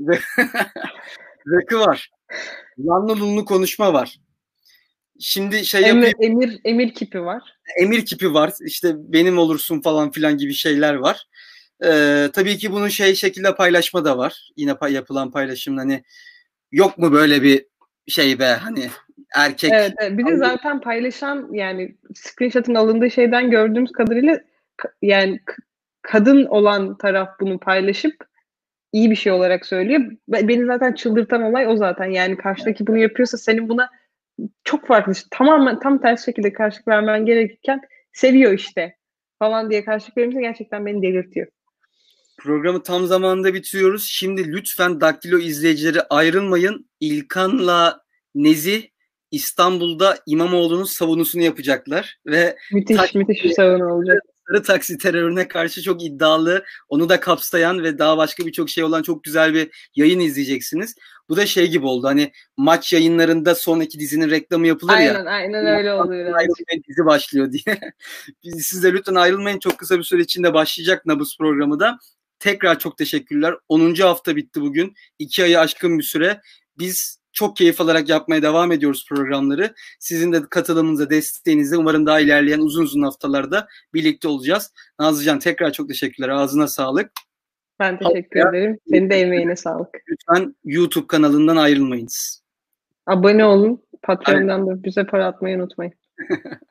S1: Rakı var. Lanlı lunlu konuşma var. Şimdi şey
S2: emir,
S1: yapayım.
S2: Emir, emir kipi var.
S1: Emir kipi var. İşte benim olursun falan filan gibi şeyler var. Ee, tabii ki bunun şey şekilde paylaşma da var. Yine pay, yapılan paylaşım hani yok mu böyle bir şey be hani erkek.
S2: Evet, evet. Bir de zaten paylaşan yani screenshot'ın alındığı şeyden gördüğümüz kadarıyla yani kadın olan taraf bunu paylaşıp iyi bir şey olarak söylüyor. Beni zaten çıldırtan olay o zaten. Yani karşıdaki bunu yapıyorsa senin buna çok farklı, tamamen tam tersi şekilde karşılık vermen gerekirken seviyor işte falan diye karşılık verirse gerçekten beni delirtiyor.
S1: Programı tam zamanında bitiriyoruz. Şimdi lütfen Daktilo izleyicileri ayrılmayın. İlkan'la Nezih İstanbul'da İmamoğlu'nun savunusunu yapacaklar ve
S2: müthiş taksi, müthiş bir savunu olacak.
S1: Sarı taksi terörüne karşı çok iddialı, onu da kapsayan ve daha başka birçok şey olan çok güzel bir yayın izleyeceksiniz. Bu da şey gibi oldu, hani maç yayınlarında sonraki dizinin reklamı yapılır
S2: aynen,
S1: ya.
S2: Aynen aynen öyle oluyor.
S1: Ayrılmayın, dizi başlıyor diye. Siz de lütfen ayrılmayın, çok kısa bir süre içinde başlayacak Nabız programı da. Tekrar çok teşekkürler. onuncu hafta bitti bugün. iki ayı aşkın bir süre. Biz çok keyif alarak yapmaya devam ediyoruz programları. Sizin de katılımınıza, desteğinizle umarım daha ilerleyen uzun uzun haftalarda birlikte olacağız. Nazlıcan tekrar çok teşekkürler. Ağzına sağlık.
S2: Ben teşekkür Hatta, ederim. Senin de emeğine sağlık.
S1: Lütfen YouTube kanalından ayrılmayınız.
S2: Abone olun. Patreon'dan da bize para atmayı unutmayın.